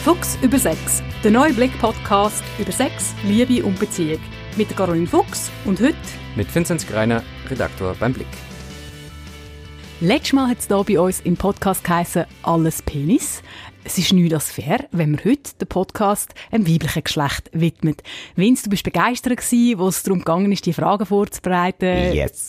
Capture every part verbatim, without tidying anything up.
Fuchs über Sex, der neue Blick-Podcast über Sex, Liebe und Beziehung. Mit Caroline Fuchs und heute mit Vinzenz Greiner, Redaktor beim Blick. Letztes Mal hat es hier bei uns im Podcast geheissen «Alles Penis». Es ist nicht das fair, wenn wir heute den Podcast einem weiblichen Geschlecht widmen. Vince, du bist begeistert gewesen, wo es darum gegangen ist, die Fragen vorzubereiten. Yes.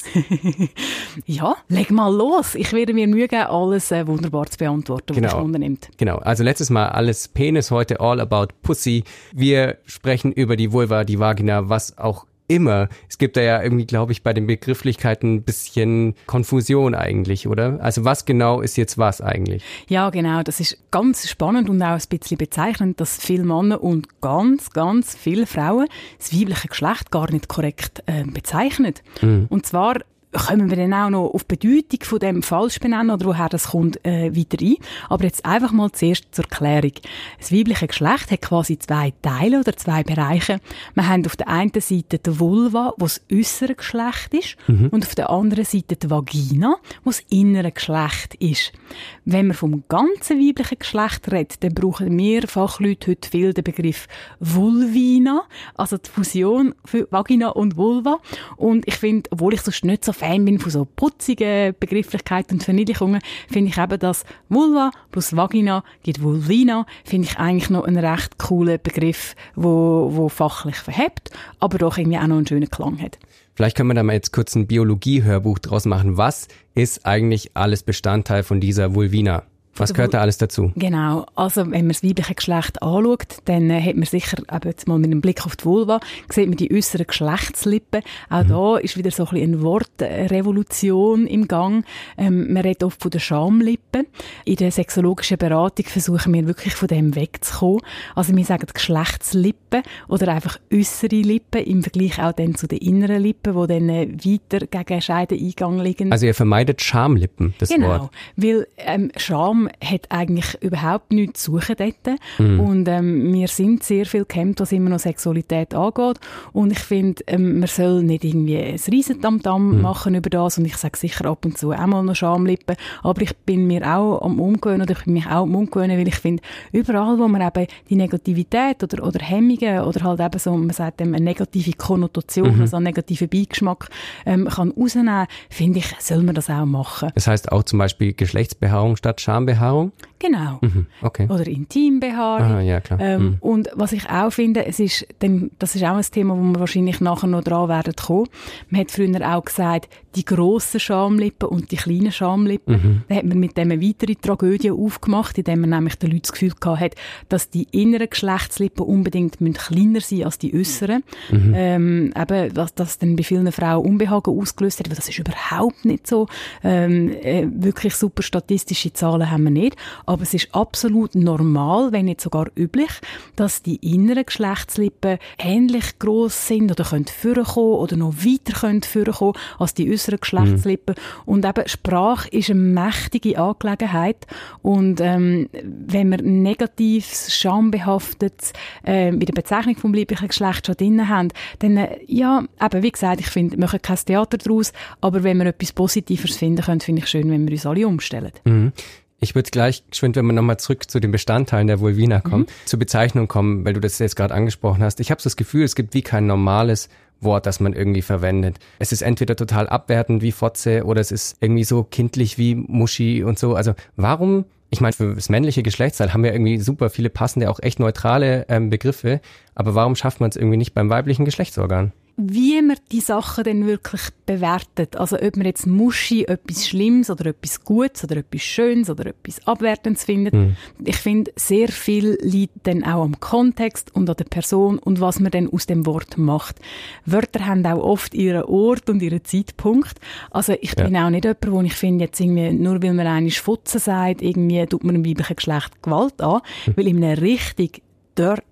Ja, leg mal los. Ich werde mir Mühe geben, alles äh, wunderbar zu beantworten, was genau. dich wundernimmt. Genau, also letztes Mal alles Penis, heute all about Pussy. Wir sprechen über die Vulva, die Vagina, was auch immer. Es gibt da ja irgendwie, glaube ich, bei den Begrifflichkeiten ein bisschen Konfusion eigentlich, oder? Also was genau ist jetzt was eigentlich? Ja, genau. Das ist ganz spannend und auch ein bisschen bezeichnend, dass viele Männer und ganz, ganz viele Frauen das weibliche Geschlecht gar nicht korrekt äh, bezeichnen. Mhm. Und zwar kommen wir dann auch noch auf die Bedeutung von dem Falschbenennen oder woher das kommt äh, weiter ein. Aber jetzt einfach mal zuerst zur Klärung. Das weibliche Geschlecht hat quasi zwei Teile oder zwei Bereiche. Wir haben auf der einen Seite die Vulva, wo das äußere Geschlecht ist, mhm. und auf der anderen Seite die Vagina, wo das innere Geschlecht ist. Wenn man vom ganzen weiblichen Geschlecht redet, dann brauchen wir Fachleute heute viel den Begriff Vulvina, also die Fusion für Vagina und Vulva. Und ich finde, obwohl ich sonst nicht so Fan bin von so putzigen Begrifflichkeiten und Verniedlichungen, finde ich eben, dass Vulva plus Vagina gibt Vulvina, finde ich eigentlich noch einen recht coolen Begriff, wo, wo fachlich verhebt, aber doch irgendwie auch noch einen schönen Klang hat. Vielleicht können wir da mal jetzt kurz ein Biologie-Hörbuch draus machen. Was ist eigentlich alles Bestandteil von dieser Vulvina? Was gehört da alles dazu? Genau, also wenn man das weibliche Geschlecht anschaut, dann äh, hat man sicher, eben jetzt mal mit einem Blick auf die Vulva, sieht man die äußeren Geschlechtslippen. Auch mhm. da ist wieder so ein bisschen eine Wortrevolution im Gang. Ähm, man redet oft von den Schamlippen. In der sexologischen Beratung versuchen wir wirklich von dem wegzukommen. Also wir sagen Geschlechtslippen oder einfach äußere Lippen im Vergleich auch dann zu den inneren Lippen, die dann äh, weiter gegen Scheideneingang liegen. Also ihr vermeidet Schamlippen, das genau, Wort. Genau, weil ähm, Scham hat eigentlich überhaupt nichts zu suchen dort. Mhm. Und ähm, wir sind sehr viel gehemmt, was immer noch Sexualität angeht. Und ich finde, ähm, man soll nicht irgendwie ein Riesentamtam mhm. machen über das. Und ich sage sicher ab und zu auch mal noch Schamlippen. Aber ich bin mir auch am Umgewöhnen, oder ich bin mich auch am Umgewöhnen, weil ich finde, überall, wo man eben die Negativität oder, oder Hemmungen oder halt eben so, man sagt ähm, eine negative Konnotation, mhm. also einen negativen Beigeschmack ähm, kann rausnehmen, finde ich, soll man das auch machen. Das heißt auch zum Beispiel Geschlechtsbehaarung statt Schambehaarung? Genau. Mhm, okay. Oder Intimbehaarung. Ah, ja, klar. Ähm, mhm. Und was ich auch finde, es ist, denn, das ist auch ein Thema, wo wir wahrscheinlich nachher noch dran werden kommen. Man hat früher auch gesagt, die grossen Schamlippen und die kleinen Schamlippen. Mhm. Da hat man mit dem eine weitere Tragödie aufgemacht, indem man nämlich den Leuten das Gefühl gehabt hat, dass die inneren Geschlechtslippen unbedingt kleiner sein als die äußeren. Mhm. Ähm, eben, dass das dann bei vielen Frauen Unbehagen ausgelöst hat, aber das ist überhaupt nicht so. Ähm, äh, wirklich super statistische Zahlen haben wir nicht. Aber es ist absolut normal, wenn nicht sogar üblich, dass die inneren Geschlechtslippen ähnlich gross sind oder können vorkommen oder noch weiter können vorkommen als die äußeren Geschlechtslippen. Mhm. Und eben Sprache ist eine mächtige Angelegenheit. Und ähm, wenn man negatives, schambehaftetes äh, bei der Bezeichnung vom weiblichen Geschlecht schon drin haben, dann, äh, ja, eben, wie gesagt, ich finde, wir machen kein Theater daraus, aber wenn wir etwas Positives finden können, finde ich schön, wenn wir uns alle umstellen. Mhm. Ich würde gleich geschwind, wenn wir nochmal zurück zu den Bestandteilen der Vulvina kommen, mhm. zur Bezeichnung kommen, weil du das jetzt gerade angesprochen hast. Ich habe so das Gefühl, es gibt wie kein normales Wort, das man irgendwie verwendet. Es ist entweder total abwertend wie Fotze oder es ist irgendwie so kindlich wie Muschi und so. Also warum, ich meine, für das männliche Geschlechtsteil haben wir irgendwie super viele passende, auch echt neutrale ähm, Begriffe, aber warum schafft man es irgendwie nicht beim weiblichen Geschlechtsorgan? Wie man die Sachen denn wirklich bewertet. Also ob man jetzt Muschi etwas Schlimmes oder etwas Gutes oder etwas Schönes oder etwas Abwertendes findet. Mhm. Ich finde, sehr viel liegt dann auch am Kontext und an der Person und was man dann aus dem Wort macht. Wörter haben auch oft ihren Ort und ihren Zeitpunkt. Also ich bin ja. auch nicht jemand, wo ich finde, jetzt irgendwie, nur weil man einmal Futze sagt, irgendwie tut man im weiblichen Geschlecht Gewalt an, mhm. weil in einem richtig dirty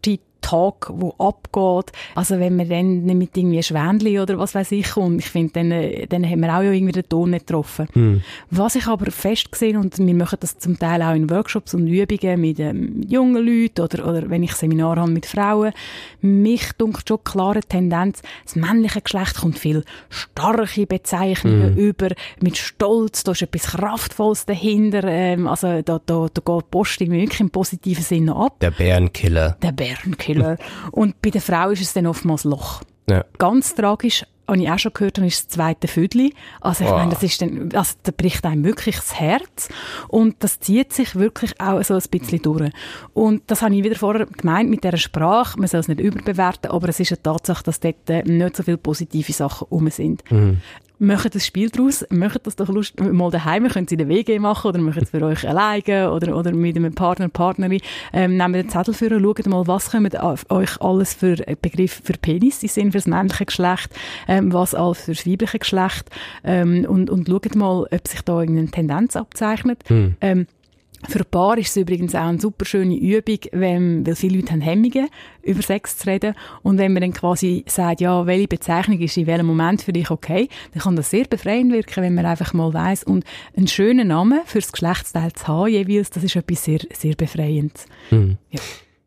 Talk, der abgeht. Also wenn man dann nicht mit irgendwie Schwänli oder was weiß ich kommt, ich finde, dann, dann haben wir auch irgendwie den Ton nicht getroffen. Mhm. Was ich aber fest gesehen, und wir machen das zum Teil auch in Workshops und Übungen mit ähm, jungen Leuten oder, oder wenn ich Seminare habe mit Frauen, mich dunkt schon klare Tendenz, das männliche Geschlecht kommt viel starke Bezeichnungen mhm. über, mit Stolz, da ist etwas Kraftvolles dahinter, ähm, also da, da, da geht die Post wirklich im positiven Sinne ab. Der Bärenkiller. Der Bärenkiller. Und bei der Frau ist es dann oftmals Loch. Ja. Ganz tragisch, habe ich auch schon gehört, dann ist das zweite Viertel. Also ich wow. meine, das ist dann, also da bricht einem wirklich das Herz und das zieht sich wirklich auch so ein bisschen durch. Und das habe ich wieder vorher gemeint mit dieser Sprache, man soll es nicht überbewerten, aber es ist eine Tatsache, dass dort nicht so viele positive Sachen rum sind. Mhm. Macht das Spiel daraus, macht das doch Lust, mal daheim, könnt ihr in der W G machen oder macht es für euch alleine oder, oder mit einem Partner, Partnerin. Ähm, nehmt den Zettel für und schaut mal, was kommen euch alles für Begriffe für Penis sind, für das männliche Geschlecht, ähm, was alles für das weibliche Geschlecht ähm, und, und schaut mal, ob sich da irgendeine Tendenz abzeichnet. Hm. Ähm, Für ein Paar ist es übrigens auch eine super schöne Übung, wenn, weil viele Leute haben Hemmungen, über Sex zu reden. Und wenn man dann quasi sagt, ja, welche Bezeichnung ist in welchem Moment für dich okay, dann kann das sehr befreiend wirken, wenn man einfach mal weiss. Und einen schönen Namen für das Geschlechtsteil zu haben jeweils, das ist etwas sehr, sehr Befreiendes. Mhm. Ja.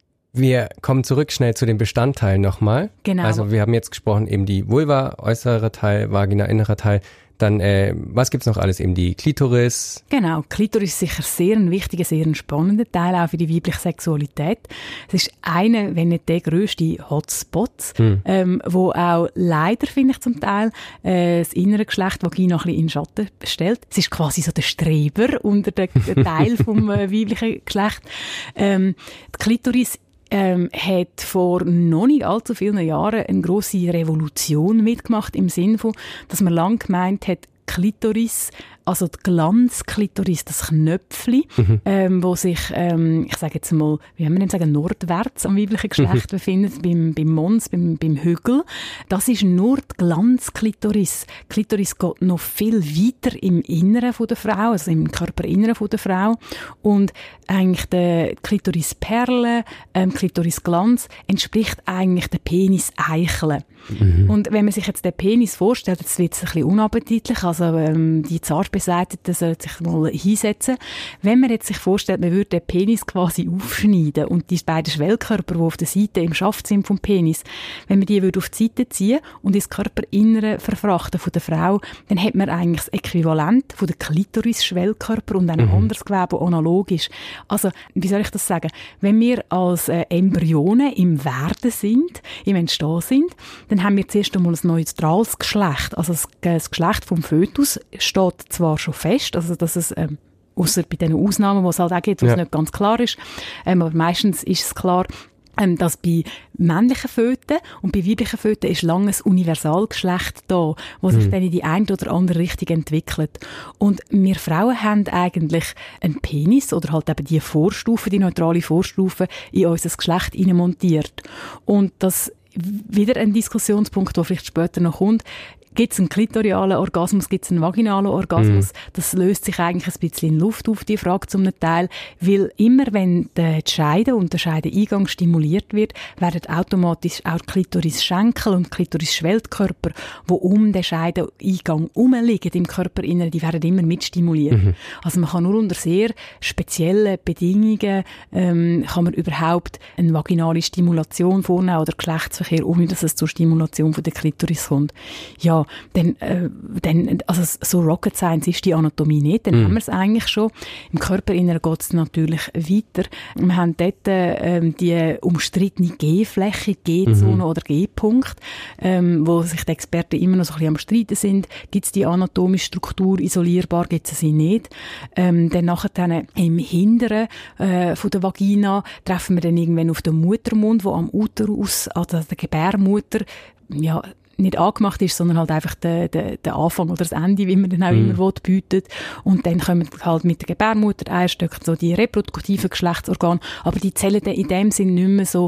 Wir kommen zurück schnell zu den Bestandteilen nochmal. Genau. Also wir haben jetzt gesprochen, eben die Vulva, äußerer Teil, Vagina, innerer Teil. Dann, äh, was gibt's noch alles? Eben die Klitoris. Genau, Klitoris ist sicher sehr ein wichtiger, sehr ein spannender Teil auch für die weibliche Sexualität. Es ist einer, wenn nicht der grösste Hotspot, hm. ähm, wo auch leider, finde ich zum Teil, äh, das innere Geschlecht Vagina ein bisschen in Schatten stellt. Es ist quasi so der Streber unter dem Teil vom äh, weiblichen Geschlecht. Ähm, die Klitoris Ähm, hat vor noch nicht allzu vielen Jahren eine grosse Revolution mitgemacht, im Sinne von, dass man lang gemeint hat, Klitoris, also die Glanzklitoris, das Knöpfli, mhm. ähm, wo sich, ähm, ich sage jetzt mal, wie haben wir denn sagen, nordwärts am weiblichen Geschlecht mhm. befindet, beim, beim Mons, beim, beim Hügel. Das ist nur die Glanzklitoris. Klitoris geht noch viel weiter im Inneren von der Frau, also im Körperinneren von der Frau. Und eigentlich der Klitorisperle, ähm, Klitorisglanz entspricht eigentlich der Penis-Eichel. Mhm. Und wenn man sich jetzt den Penis vorstellt, jetzt wird es ein bisschen unappetitlich, also ähm, die Zartbeseiteten sollten sich mal hinsetzen. Wenn man jetzt sich vorstellt, man würde den Penis quasi aufschneiden und die beiden Schwellkörper, die auf der Seite im Schaft sind vom Penis, wenn man die würde auf die Seite ziehen und ins Körperinnere verfrachten von der Frau, dann hat man eigentlich das Äquivalent von der Klitoris-Schwellkörper und ein mhm. anderes Gewebe, analog ist. Also, wie soll ich das sagen? Wenn wir als äh, Embryonen im Werden sind, im Entstehen sind, dann haben wir zuerst einmal ein neutrales Geschlecht. Also das, das Geschlecht vom Fötus steht zwar schon fest, also dass es, ähm, ausser bei den Ausnahmen, die es halt auch gibt, wo es ja. nicht ganz klar ist, ähm, aber meistens ist es klar, ähm, dass bei männlichen Föten und bei weiblichen Föten ist lange ein Universalgeschlecht da, wo sich mhm. dann in die eine oder andere Richtung entwickelt. Und wir Frauen haben eigentlich einen Penis oder halt eben die Vorstufe, die neutrale Vorstufe in unser Geschlecht montiert. Und das wieder ein Diskussionspunkt, der vielleicht später noch kommt. Gibt es einen klitorialen Orgasmus, gibt es einen vaginalen Orgasmus? Mm. Das löst sich eigentlich ein bisschen in Luft auf, die Frage zum Teil. Weil immer, wenn der Scheide und der Scheideeingang stimuliert wird, werden automatisch auch Klitoris-Schenkel und Klitoris-Schwellkörper, die um den Scheideeingang herumliegen im Körperinneren, die werden immer mitstimuliert. Mm-hmm. Also man kann nur unter sehr speziellen Bedingungen ähm, kann man überhaupt eine vaginale Stimulation vornehmen oder Geschlechtsverkehr, ohne dass es zur Stimulation von der Klitoris kommt. Ja, Dann, äh, dann, also so Rocket Science ist die Anatomie nicht, dann mm. haben wir es eigentlich schon. Im Körperinneren geht es natürlich weiter. Wir haben dort äh, die umstrittene G-Fläche, G-Zone mm-hmm. oder G-Punkt, ähm, wo sich die Experten immer noch so ein bisschen am Streiten sind. Gibt es die anatomische Struktur isolierbar, gibt es sie nicht? Ähm, dann nachher dann im Hinteren äh, von der Vagina treffen wir dann irgendwann auf den Muttermund, wo am Uterus, also der Gebärmutter, ja, nicht angemacht ist, sondern halt einfach der, der, der Anfang oder das Ende, wie man dann auch mm. immer will, bietet. Und dann kommen halt mit der Gebärmutter, Eierstöcken, so die reproduktiven Geschlechtsorgane, aber die zählen dann in dem Sinn nicht mehr so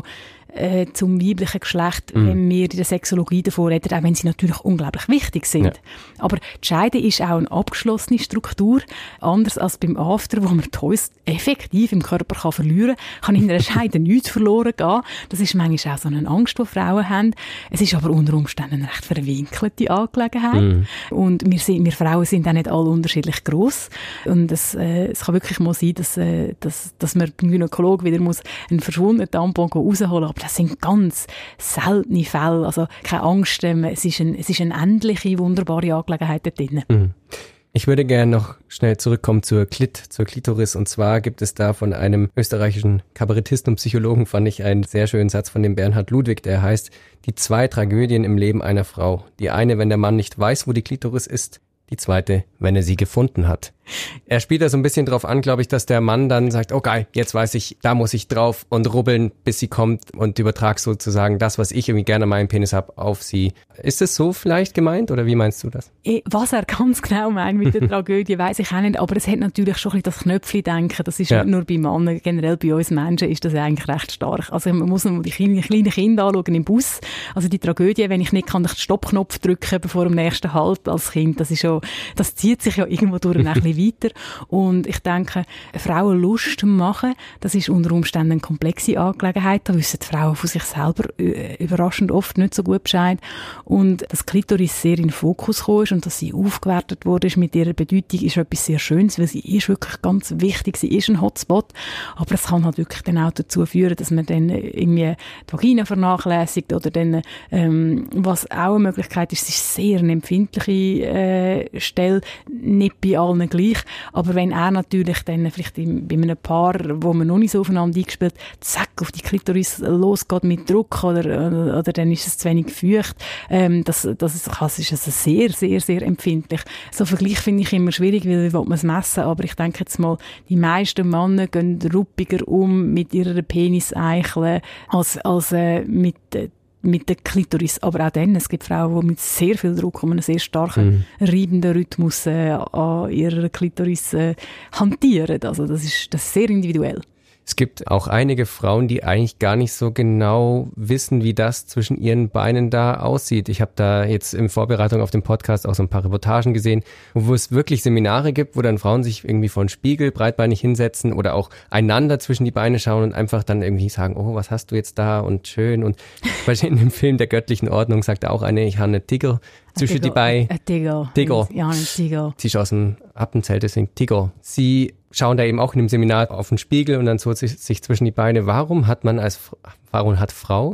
äh, zum weiblichen Geschlecht, mm. wenn wir in der Sexologie davon reden, auch wenn sie natürlich unglaublich wichtig sind. Ja. Aber die Scheide ist auch eine abgeschlossene Struktur, anders als beim After, wo man die Häuse effektiv im Körper kann verlieren kann, kann in einer Scheide nichts verloren gehen. Das ist manchmal auch so eine Angst, die Frauen haben. Es ist aber unter Umständen eine recht verwinkelte Angelegenheit. Mm. Und wir, sind, wir Frauen sind auch nicht alle unterschiedlich gross. Und es, äh, es kann wirklich mal sein, dass, äh, dass, dass man beim Gynäkologen wieder muss einen verschwundenen Tampon rausholen muss. Aber das sind ganz seltene Fälle. Also keine Angst, ähm, es, ist ein, es ist eine endliche, wunderbare Angelegenheit dort drin. Mhm. Ich würde gerne noch schnell zurückkommen zur Klit, zur Klitoris. Und zwar gibt es da von einem österreichischen Kabarettisten und Psychologen, fand ich einen sehr schönen Satz von dem Bernhard Ludwig, der heißt: Die zwei Tragödien im Leben einer Frau. Die eine, wenn der Mann nicht weiß, wo die Klitoris ist. Die zweite, wenn er sie gefunden hat. Er spielt da so ein bisschen drauf an, glaube ich, dass der Mann dann sagt, oh geil, jetzt weiß ich, da muss ich drauf und rubbeln, bis sie kommt und übertrag sozusagen das, was ich irgendwie gerne an meinem Penis habe, auf sie. Ist es so vielleicht gemeint oder wie meinst du das? Was er ganz genau meint mit der Tragödie, weiss ich auch nicht, aber es hat natürlich schon ein bisschen das Knöpfchen-Denken. Das ist ja. nicht nur bei Männern, generell bei uns Menschen ist das eigentlich recht stark. Also man muss mal die kleinen, kleinen Kinder anschauen im Bus. Also die Tragödie, wenn ich nicht kann, den Stoppknopf drücken bevor dem nächsten Halt als Kind, das ist schon, das zieht sich ja irgendwo durch ein bisschen weiter. Und ich denke, Frauen Lust machen, das ist unter Umständen eine komplexe Angelegenheit. Da wissen die Frauen von sich selber überraschend oft nicht so gut Bescheid. Und dass Klitoris sehr in den Fokus gekommen ist und dass sie aufgewertet wurde mit ihrer Bedeutung, ist etwas sehr Schönes, weil sie ist wirklich ganz wichtig. Sie ist ein Hotspot. Aber es kann halt wirklich dann auch dazu führen, dass man dann irgendwie die Vagina vernachlässigt oder dann, ähm, was auch eine Möglichkeit ist, es ist sehr eine empfindliche äh, Stelle, nicht bei allen gleich. Aber wenn er natürlich dann vielleicht in, bei einem Paar, wo man noch nicht so aufeinander eingespielt, zack, auf die Klitoris losgeht mit Druck oder, oder dann ist es zu wenig feucht, ähm, das, das, ist, das ist also sehr, sehr, sehr empfindlich. So einen Vergleich finde ich immer schwierig, weil wie will man es messen, aber ich denke jetzt mal, die meisten Männer gehen ruppiger um mit ihrer Peniseichel als, als äh, mit äh, mit der Klitoris, aber auch dann, es gibt Frauen, die mit sehr viel Druck und einem sehr starken, mhm. reibenden Rhythmus äh, an ihrer Klitoris äh, hantieren. Also das ist, das ist sehr individuell. Es gibt auch einige Frauen, die eigentlich gar nicht so genau wissen, wie das zwischen ihren Beinen da aussieht. Ich habe da jetzt in Vorbereitung auf den Podcast auch so ein paar Reportagen gesehen, wo es wirklich Seminare gibt, wo dann Frauen sich irgendwie vor einen Spiegel breitbeinig hinsetzen oder auch einander zwischen die Beine schauen und einfach dann irgendwie sagen, oh, was hast du jetzt da und schön. Und in dem Film der göttlichen Ordnung sagt auch eine, ich habe eine Tiger zwischen die Beine. Ein Tiger. Tiger. Ja, ein Tiger. Sie ist aus dem Appenzelt, deswegen Tiger. Sie schauen da eben auch in dem Seminar auf den Spiegel und dann so sich, sich zwischen die Beine. Warum hat man als, warum hat Frau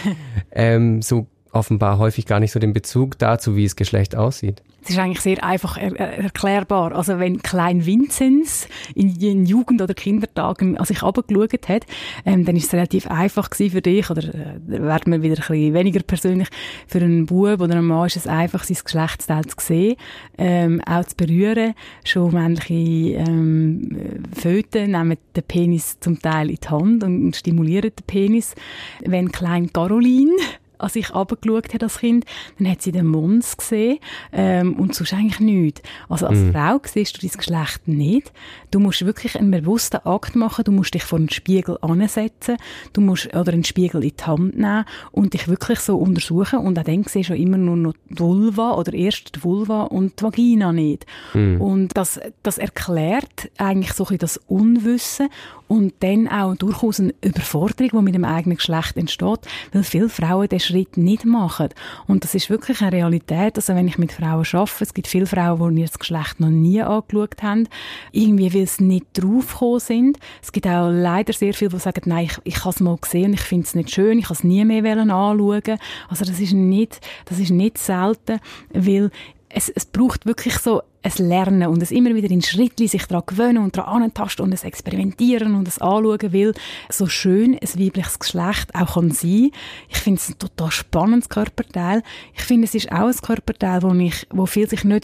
ähm, so offenbar häufig gar nicht so den Bezug dazu, wie das Geschlecht aussieht? Es ist eigentlich sehr einfach er- er- erklärbar. Also wenn Klein Vinzenz in den Jugend- oder Kindertagen an sich runtergeschaut hat, ähm, dann ist es relativ einfach gewesen für dich, oder äh, werden wir wieder ein bisschen weniger persönlich, für einen Bub oder einen Mann ist es einfach, sein Geschlechtsteil zu sehen, ähm, auch zu berühren. Schon männliche ähm, Föten nehmen den Penis zum Teil in die Hand und stimulieren den Penis. Wenn Klein Caroline als ich runtergeschaut habe als Kind, dann hat sie den Mons gesehen ähm, und sonst eigentlich nichts. Also als mm. Frau siehst du dein Geschlecht nicht. Du musst wirklich einen bewussten Akt machen, du musst dich vor einen Spiegel ansetzen, du musst oder einen Spiegel in die Hand nehmen und dich wirklich so untersuchen und auch dann siehst du immer nur noch die Vulva oder erst die Vulva und die Vagina nicht. Mm. Und das, das erklärt eigentlich so ein bisschen das Unwissen und dann auch durchaus eine Überforderung, die mit dem eigenen Geschlecht entsteht, weil viele Frauen den Schritt nicht machen. Und das ist wirklich eine Realität. Also wenn ich mit Frauen arbeite, es gibt viele Frauen, die ihr das Geschlecht noch nie angeschaut haben, irgendwie weil sie nicht draufgekommen sind. Es gibt auch leider sehr viele, die sagen, nein, ich, ich habe es mal gesehen und ich finde es nicht schön, ich kann es nie mehr anschauen. Also das ist nicht, das ist nicht selten, weil es, es braucht wirklich so ein Lernen und es immer wieder in Schrittli sich daran gewöhnen und daran antasten und es experimentieren und es anschauen, weil so schön ein weibliches Geschlecht auch kann sein. Ich finde es ein total spannendes Körperteil. Ich finde, es ist auch ein Körperteil, wo, ich, wo viel sich nicht in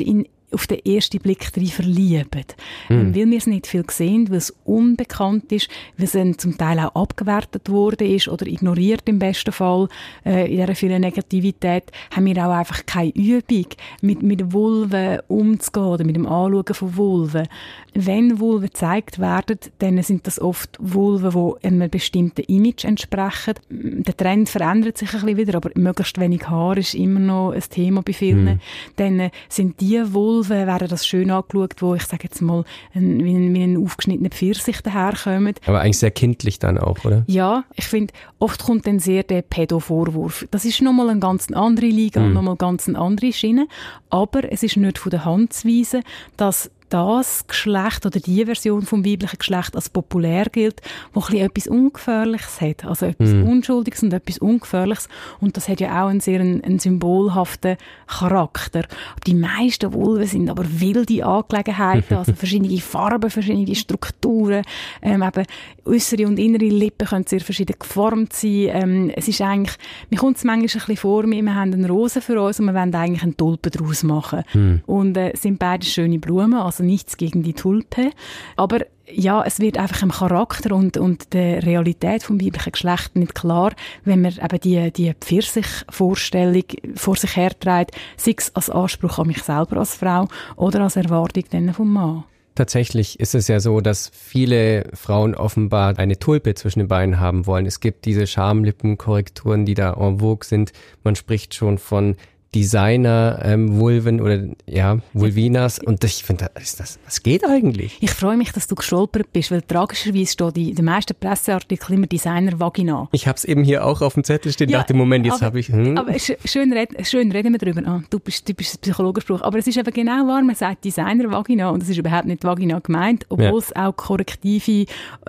auf den ersten Blick drin verlieben. Mhm. Weil wir es nicht viel sehen, weil es unbekannt ist, weil es dann zum Teil auch abgewertet worden ist oder ignoriert im besten Fall äh, in dieser vielen Negativität, haben wir auch einfach keine Übung, mit, mit Vulven umzugehen oder mit dem Anschauen von Vulven. Wenn Vulven gezeigt werden, dann sind das oft Vulven, die einem bestimmten Image entsprechen. Der Trend verändert sich ein bisschen wieder, aber möglichst wenig Haar ist immer noch ein Thema bei vielen. Mhm. Dann äh, sind die Vulven, werden das schön angeschaut, wo ich sage jetzt mal, ein, wie, ein, wie ein aufgeschnittener Pfirsich daherkommen. Aber eigentlich sehr kindlich dann auch, oder? Ja, ich finde, oft kommt dann sehr der Pädo-Vorwurf. Das ist nochmal eine ganz andere Liga, mhm. nochmal ganz eine andere Schiene. Aber es ist nicht von der Hand zu weisen, dass das Geschlecht oder die Version vom weiblichen Geschlecht als populär gilt, wo ein etwas Ungefährliches hat. Also etwas mm. Unschuldiges und etwas Ungefährliches. Und das hat ja auch einen sehr einen, einen symbolhaften Charakter. Die meisten Vulven sind aber wilde Angelegenheiten, also verschiedene Farben, verschiedene Strukturen. Ähm, eben äußere und innere Lippen können sehr verschieden geformt sein. Ähm, es ist eigentlich, mir kommt es manchmal ein bisschen vor, wir haben eine Rose für uns und wir wollen eigentlich einen Tulpen daraus machen. Mm. Und äh, sind beide schöne Blumen, also nichts gegen die Tulpe. Aber ja, es wird einfach im Charakter und, und der Realität vom weiblichen Geschlecht nicht klar, wenn man eben die, die Pfirsich-Vorstellung vor sich herträgt, sei es als Anspruch an mich selber als Frau oder als Erwartung dann vom Mann. Tatsächlich ist es ja so, dass viele Frauen offenbar eine Tulpe zwischen den Beinen haben wollen. Es gibt diese Schamlippenkorrekturen, die da en vogue sind. Man spricht schon von Designer-Vulven ähm, oder ja, Vulvinas. Und ich finde, das, das, was geht eigentlich? Ich freue mich, dass du gestolpert bist, weil tragischerweise steht in den meisten Presseartikeln immer Designer-Vagina. Ich habe es eben hier auch auf dem Zettel stehen, ja, dachte, Moment, jetzt habe ich... Hm. Aber schön, red, schön reden wir darüber. Ah, du bist typischer Psychologenspruch. Aber es ist eben genau wahr, man sagt Designer-Vagina und es ist überhaupt nicht Vagina gemeint, obwohl ja. es auch korrektive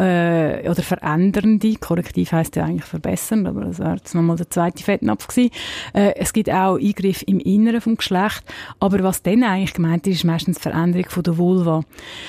äh, oder verändernde, korrektiv heisst ja eigentlich verbessern, aber das wäre jetzt nochmal der zweite Fettnapf gewesen. Äh, es gibt auch Eingriffe im Inneren vom Geschlecht. Aber was dann eigentlich gemeint ist, ist meistens die Veränderung von der Vulva.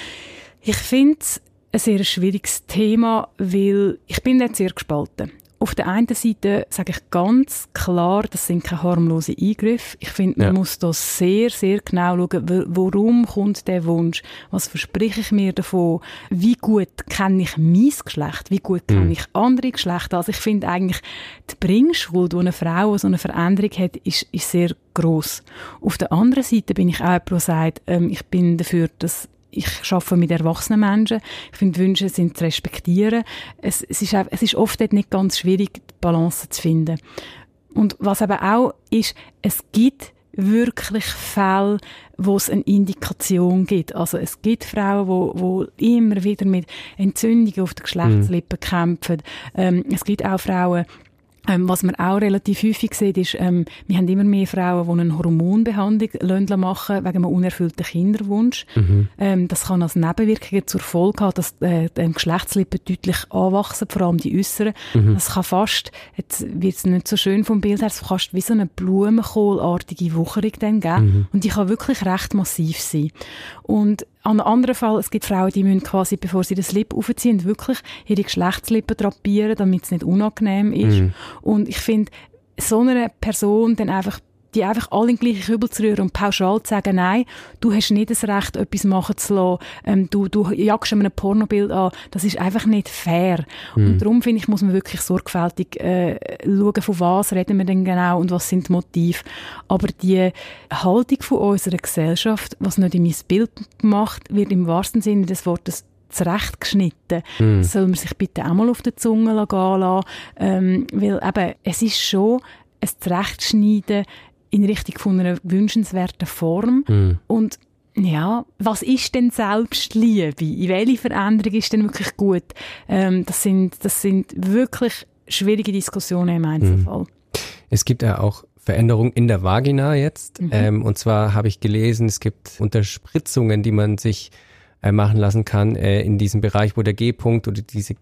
Ich finde es ein sehr schwieriges Thema, weil ich bin dort sehr gespalten. Auf der einen Seite sage ich ganz klar, das sind keine harmlosen Eingriffe. Ich finde, man ja. muss da sehr, sehr genau schauen, warum kommt der Wunsch? Was verspreche ich mir davon? Wie gut kenne ich mein Geschlecht? Wie gut kenne mhm. ich andere Geschlechter? Also ich finde eigentlich, die Bringschuld, die eine Frau so eine Veränderung hat, ist, ist sehr gross. Auf der anderen Seite bin ich auch jemand, der sagt, ähm, ich bin dafür, dass ich arbeite mit erwachsenen Menschen. Ich finde, Wünsche sind zu respektieren. Es, es, ist, auch, es ist oft nicht ganz schwierig, die Balance zu finden. Und was aber auch ist, es gibt wirklich Fälle, wo es eine Indikation gibt. Also es gibt Frauen, wo, wo immer wieder mit Entzündungen auf den Geschlechtslippen mhm. kämpfen. Ähm, es gibt auch Frauen, Ähm, was man auch relativ häufig sieht, ist, ähm, wir haben immer mehr Frauen, die eine Hormonbehandlung machen wegen einem unerfüllten Kinderwunsch. Mhm. Ähm, das kann als Nebenwirkungen zur Folge haben, dass äh, die Geschlechtslippen deutlich anwachsen, vor allem die äußeren. Mhm. Das kann fast, jetzt wird es nicht so schön vom Bild her, es kann fast wie so eine blumenkohlartige Wucherung dann geben. Mhm. Und die kann wirklich recht massiv sein. Und an einem anderen Fall, es gibt Frauen, die müssen quasi, bevor sie das Lip aufziehen, wirklich ihre Geschlechtslippen drapieren, damit es nicht unangenehm ist. Mhm. Und ich finde, so einer Person dann einfach, die einfach alle in den gleichen Kübel zu rühren und pauschal zu sagen, nein, du hast nicht das Recht, etwas machen zu lassen, ähm, du, du jagst einem Pornobild an, das ist einfach nicht fair. Mhm. Und darum, finde ich, muss man wirklich sorgfältig äh, schauen, von was reden wir denn genau und was sind die Motive. Aber die Haltung von unserer Gesellschaft, was nicht in mein Bild macht, wird im wahrsten Sinne des Wortes zurechtgeschnitten. Mm. Das soll man sich bitte auch mal auf der Zunge gehen lassen. Ähm, weil eben, es ist schon ein Zurechtschneiden in Richtung von einer wünschenswerten Form. Mm. Und ja, was ist denn Selbstliebe? In welche Veränderung ist denn wirklich gut? Ähm, das sind, das sind wirklich schwierige Diskussionen im Einzelfall. Mm. Es gibt ja auch Veränderungen in der Vagina jetzt. Mhm. Ähm, und zwar habe ich gelesen, es gibt Unterspritzungen, die man sich äh, machen lassen kann äh, in diesem Bereich, wo der G-Punkt oder diese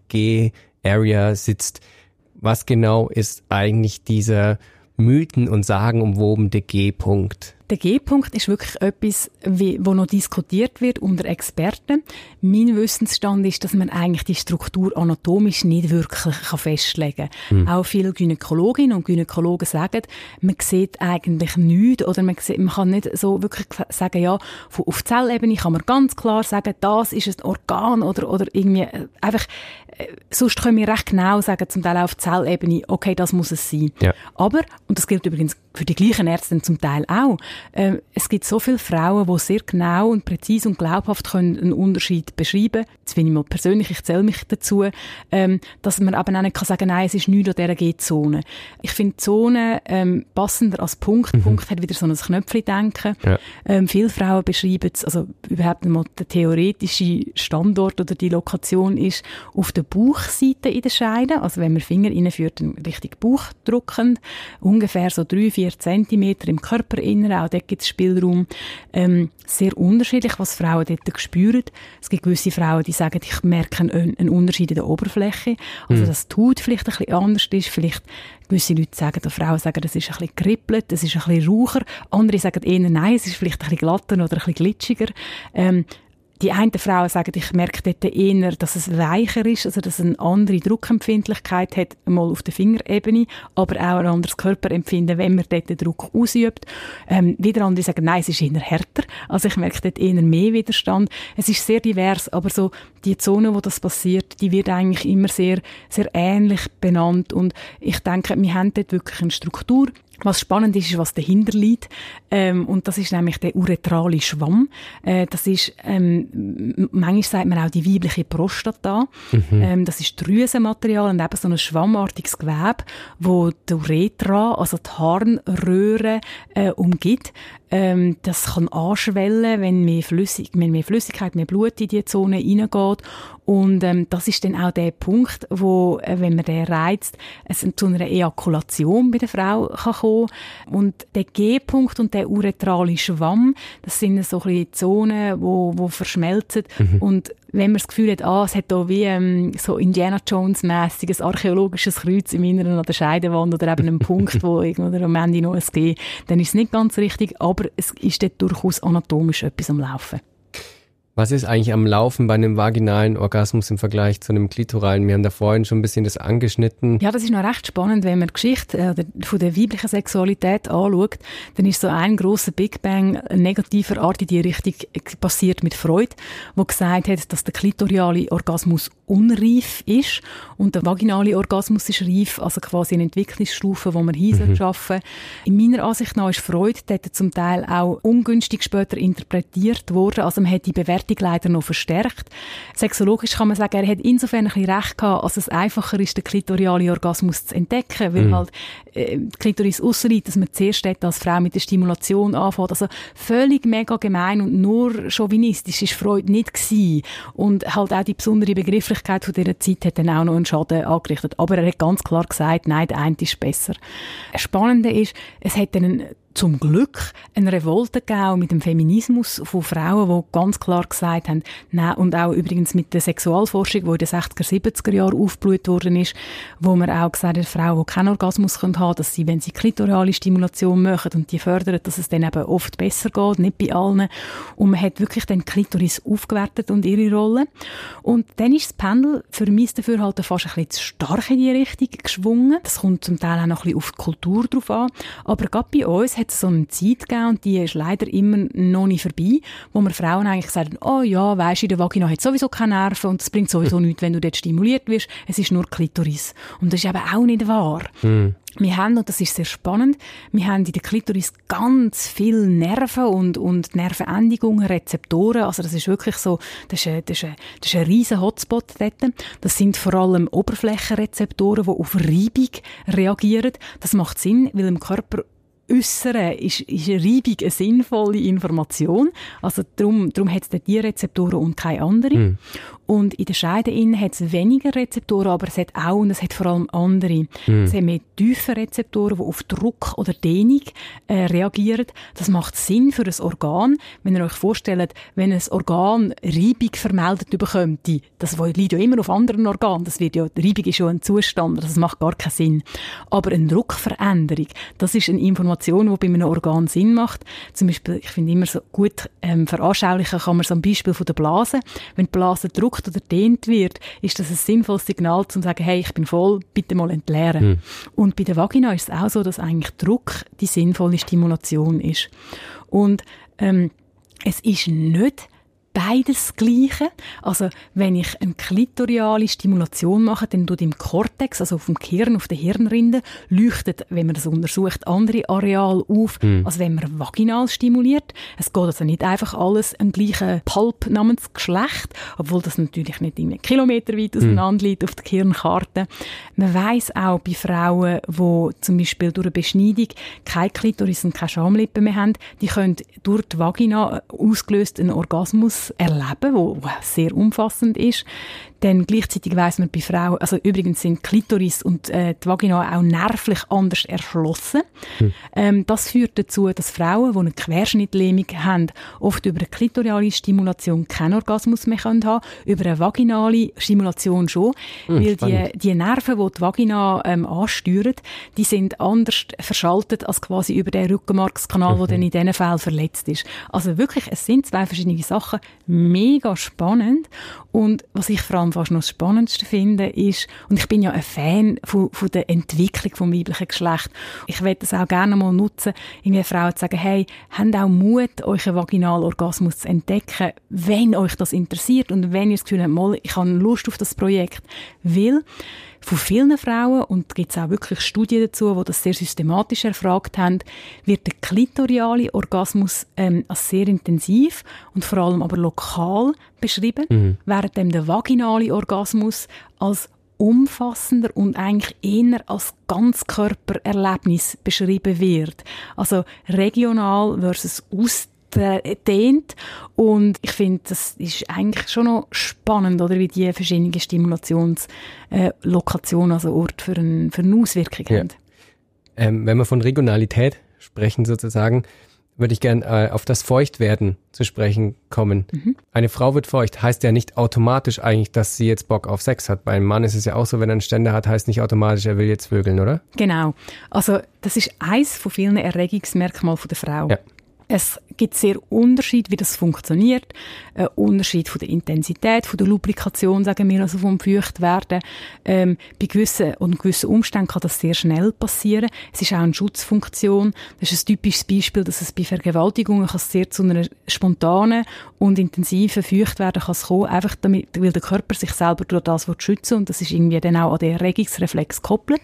G-Area sitzt. Was genau ist eigentlich dieser Mythen- und sagenumwobene G-Punkt? Der G-Punkt ist wirklich etwas, wo noch diskutiert wird unter Experten. Mein Wissensstand ist, dass man eigentlich die Struktur anatomisch nicht wirklich festlegen kann. Mhm. Auch viele Gynäkologinnen und Gynäkologen sagen, man sieht eigentlich nichts oder man, sieht, man kann nicht so wirklich sagen, ja, auf Zellebene kann man ganz klar sagen, das ist ein Organ oder, oder irgendwie einfach, sonst können wir recht genau sagen, zum Teil auf Zellebene, okay, das muss es sein. Ja. Aber, und das gilt übrigens für die gleichen Ärzte zum Teil auch, äh, es gibt so viele Frauen, die sehr genau und präzise und glaubhaft können einen Unterschied beschreiben können. Das finde ich mal persönlich, ich zähle mich dazu, ähm, dass man aber auch nicht kann sagen, nein, es ist nichts an dieser G-Zone. Ich finde die Zone ähm, passender als Punkt. Mhm. Punkt hat wieder so ein Knöpfchen-Denken. Ja. Ähm, viele Frauen beschreiben es, also überhaupt mal der theoretische Standort oder die Lokation ist auf der Bauchseite in der Scheide, also wenn man Finger reinführt, Richtung Bauch drückend, ungefähr so drei, vier Zentimeter im Körperinneren, auch dort gibt es Spielraum. Ähm, sehr unterschiedlich, was Frauen dort spüren. Es gibt gewisse Frauen, die sagen, ich merke einen, einen Unterschied in der Oberfläche. Also, mhm. dass die Haut vielleicht ein bisschen anders ist. Vielleicht gewisse Leute sagen, oder Frauen sagen, das ist ein bisschen gerippelt, das ist ein bisschen raucher. Andere sagen eher, nein, es ist vielleicht ein bisschen glatter oder ein bisschen glitschiger. Ähm, Die einen Frauen sagen, ich merke dort eher, dass es weicher ist, also dass es eine andere Druckempfindlichkeit hat, mal auf der Fingerebene, aber auch ein anderes Körperempfinden, wenn man dort den Druck ausübt. Ähm, wieder andere sagen, nein, es ist eher härter, also ich merke dort eher mehr Widerstand. Es ist sehr divers, aber so die Zone, wo das passiert, die wird eigentlich immer sehr, sehr ähnlich benannt und ich denke, wir haben dort wirklich eine Struktur. Was spannend ist, ist, was dahinter liegt. Ähm, und das ist nämlich der uretrale Schwamm. Äh, das ist, ähm, manchmal sagt man auch die weibliche Prostata. Mhm. Ähm, das ist Drüsenmaterial und eben so ein schwammartiges Gewebe, wo die Uretra, also die Harnröhre, äh, umgibt. Ähm, das kann anschwellen, wenn mehr, Flüssig, wenn mehr Flüssigkeit, mehr Blut in die Zone reingeht. Und ähm, das ist dann auch der Punkt, wo, äh, wenn man den reizt, es zu einer Ejakulation bei der Frau kann kommen. Und der G-Punkt und der uretrale Schwamm, das sind so ein bisschen Zonen, wo, wo verschmelzen. Mhm. Und wenn man das Gefühl hat, ah, es hat da wie ähm, so Indiana Jones-mässiges archäologisches Kreuz im Inneren an der Scheidewand oder eben einen Punkt, wo irgendwo am Ende noch ein G, dann ist es nicht ganz richtig, aber es ist dort durchaus anatomisch etwas am Laufen. Was ist eigentlich am Laufen bei einem vaginalen Orgasmus im Vergleich zu einem klitoralen? Wir haben da vorhin schon ein bisschen das angeschnitten. Ja, das ist noch recht spannend, wenn man die Geschichte äh, von der weiblichen Sexualität anschaut, dann ist so ein grosser Big Bang negativer Art in die Richtung passiert mit Freud, der gesagt hat, dass der klitoriale Orgasmus unreif ist und der vaginale Orgasmus ist reif, also quasi eine Entwicklungsstufe, die man hier mhm. schaffen. In meiner Ansicht nach ist Freud dort zum Teil auch ungünstig später interpretiert worden, also man hat die Bewertung leider noch verstärkt. Sexologisch kann man sagen, er hat insofern ein bisschen recht gehabt, als es einfacher ist, den klitorialen Orgasmus zu entdecken, weil mhm. halt äh, die Klitoris ausliegt, dass man zuerst als Frau mit der Stimulation anfängt. Also völlig mega gemein und nur chauvinistisch ist Freud nicht gewesen. Und halt auch die besondere Begrifflichkeit von dieser Zeit hat dann auch noch einen Schaden angerichtet. Aber er hat ganz klar gesagt, nein, der eine ist besser. Das Spannende ist, es hat einen zum Glück eine Revolte gegeben mit dem Feminismus von Frauen, die ganz klar gesagt haben, nein, und auch übrigens mit der Sexualforschung, die in den sechziger, siebziger Jahren aufgeblüht worden ist, wo man auch gesagt hat, Frauen, die keinen Orgasmus haben können, dass sie, wenn sie klitorale Stimulation machen und die fördern, dass es dann eben oft besser geht, nicht bei allen. Und man hat wirklich den Klitoris aufgewertet und ihre Rolle. Und dann ist das Pendel für mich dafür halt fast ein bisschen zu stark in die Richtung geschwungen. Das kommt zum Teil auch noch ein bisschen auf die Kultur drauf an. Aber gerade bei uns hat es so eine Zeit gegeben, und die ist leider immer noch nicht vorbei, wo wir Frauen eigentlich sagen, oh ja, weisst du, in der Vagina hat sowieso keine Nerven und es bringt sowieso nichts, wenn du dort stimuliert wirst. Es ist nur Klitoris. Und das ist eben auch nicht wahr. Mhm. Wir haben, und das ist sehr spannend, wir haben in der Klitoris ganz viele Nerven und, und Nervenendigungen, Rezeptoren. Also das ist wirklich so, das ist ein, das ist ein, das ist ein riesen Hotspot dort. Das sind vor allem Oberflächenrezeptoren, die auf Reibung reagieren. Das macht Sinn, weil im Körper Äussere ist, ist eine Reibung eine sinnvolle Information. Also darum, darum hat es die Rezeptoren und keine andere. Mm. Und in der Scheide innen hat es weniger Rezeptoren, aber es hat auch, und es hat vor allem andere. Mhm. Es hat mehr tiefe Rezeptoren, die auf Druck oder Dehnung äh, reagieren. Das macht Sinn für ein Organ. Wenn ihr euch vorstellt, wenn ein Organ Reibung vermeldet bekommt, das liegt ja immer auf anderen Organen. Das wird ja, die Reibung ist ja ein Zustand, das macht gar keinen Sinn. Aber eine Druckveränderung, das ist eine Information, die bei einem Organ Sinn macht. Zum Beispiel, ich finde immer so gut ähm, veranschaulichen kann man es am Beispiel von der Blase. Wenn die Blase druckt oder dehnt wird, ist das ein sinnvolles Signal, um zu sagen, hey, ich bin voll, bitte mal entleeren. Mhm. Und bei der Vagina ist es auch so, dass eigentlich Druck die sinnvolle Stimulation ist. Und ähm, es ist nicht beides das Gleiche. Also, wenn ich eine klitoriale Stimulation mache, dann tut im Kortex, also auf dem Gehirn, auf der Hirnrinde, leuchtet, wenn man das untersucht, andere Areale auf, mhm. als wenn man vaginal stimuliert. Es geht also nicht einfach alles im gleichen Pulp namens Geschlecht, obwohl das natürlich nicht irgendwie kilometerweit auseinander liegt auf der Gehirnkarte. Man weiss auch bei Frauen, die zum Beispiel durch eine Beschneidung keine Klitoris und keine Schamlippen mehr haben, die können durch die Vagina ausgelöst einen Orgasmus erleben, wo sehr umfassend ist. Denn gleichzeitig weiss man bei Frauen, also übrigens sind Klitoris und äh, die Vagina auch nervlich anders erschlossen. Hm. Ähm, das führt dazu, dass Frauen, die eine Querschnittlähmung haben, oft über eine klitoriale Stimulation keinen Orgasmus mehr haben können, über eine vaginale Stimulation schon, hm, weil die, die Nerven, die die Vagina ähm, ansteuern, die sind anders verschaltet als quasi über den Rückenmarkskanal, mhm. der dann in diesen Fällen verletzt ist. Also wirklich, es sind zwei verschiedene Sachen, mega spannend. Und was ich vor allem fast noch das Spannendste finde, ist, und ich bin ja ein Fan von, von der Entwicklung vom weiblichen Geschlecht. Ich möchte das auch gerne mal nutzen, irgendwie Frauen zu sagen, hey, habt auch Mut, euren Vaginalorgasmus zu entdecken, wenn euch das interessiert und wenn ihr das Gefühl habt, mal, ich habe Lust auf das Projekt. Weil von vielen Frauen, und da gibt es auch wirklich Studien dazu, die das sehr systematisch erfragt haben, wird der klitoriale Orgasmus ähm, als sehr intensiv und vor allem aber lokal beschrieben, mhm. während dem der vaginale Orgasmus als umfassender und eigentlich eher als Ganzkörpererlebnis beschrieben wird. Also regional versus ausdehnt. Und ich finde, das ist eigentlich schon noch spannend, oder, wie die verschiedenen Stimulationslokationen, äh, also Orte für, ein, für eine Auswirkung ja. haben. Ähm, wenn wir von Regionalität sprechen sozusagen, würde ich gerne äh, auf das Feuchtwerden zu sprechen kommen. Mhm. Eine Frau wird feucht, heißt ja nicht automatisch eigentlich, dass sie jetzt Bock auf Sex hat. Bei einem Mann ist es ja auch so, wenn er einen Ständer hat, heißt nicht automatisch, er will jetzt vögeln, oder? Genau. Also das ist eins von vielen Erregungsmerkmalen der Frau. Ja. Es gibt sehr Unterschied, wie das funktioniert. Ein Unterschied von der Intensität, von der Lubrikation, sagen wir, also vom Feuchtwerden. Ähm, bei gewissen und gewissen Umständen kann das sehr schnell passieren. Es ist auch eine Schutzfunktion. Das ist ein typisches Beispiel, dass es bei Vergewaltigungen kann es sehr zu einer spontanen und intensiven Feuchtwerden kann es kommen, einfach damit, weil der Körper sich selber durch das schützen will. Und das ist irgendwie dann auch an den Erregungsreflex gekoppelt.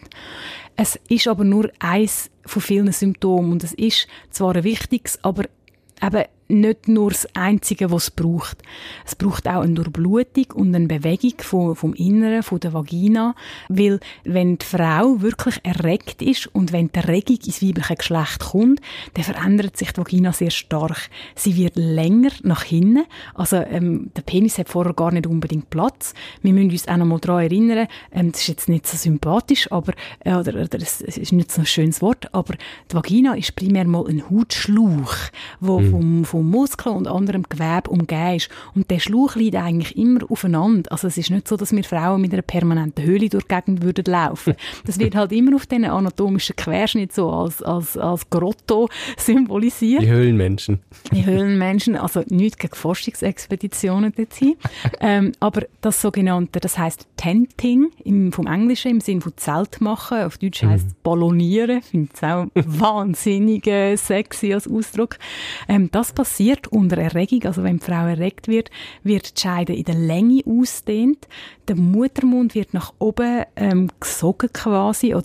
Es ist aber nur eins von vielen Symptomen und es ist zwar ein wichtiges, aber eben nicht nur das Einzige, was es braucht. Es braucht auch eine Durchblutung und eine Bewegung vom, vom Inneren, von der Vagina, weil wenn die Frau wirklich erregt ist und wenn die Erregung ins weibliche Geschlecht kommt, dann verändert sich die Vagina sehr stark. Sie wird länger nach hinten, also ähm, der Penis hat vorher gar nicht unbedingt Platz. Wir müssen uns auch noch mal daran erinnern, ähm, das ist jetzt nicht so sympathisch, aber, äh, oder, oder es ist nicht so ein schönes Wort, aber die Vagina ist primär mal ein Hautschlauch, wo mhm. vom von Muskeln und anderem Gewebe umgeben ist. Und der Schlauch liegt eigentlich immer aufeinander. Also es ist nicht so, dass wir Frauen mit einer permanenten Höhle durch die Gegend würden laufen. Das wird halt immer auf diesen anatomischen Querschnitt so als, als, als Grotto symbolisiert. Die Höhlenmenschen. Die Höhlenmenschen, also nichts gegen Forschungsexpeditionen dorthin. ähm, aber das sogenannte, das heisst Tenting im, vom Englischen im Sinne von Zelt machen, auf Deutsch heisst es mhm. ballonieren, ich finde es auch wahnsinnig äh, sexy als Ausdruck. Ähm, das passiert unter Erregung, also wenn die Frau erregt wird, wird die Scheide in der Länge ausdehnt, der Muttermund wird nach oben ähm, gesogen quasi oder oben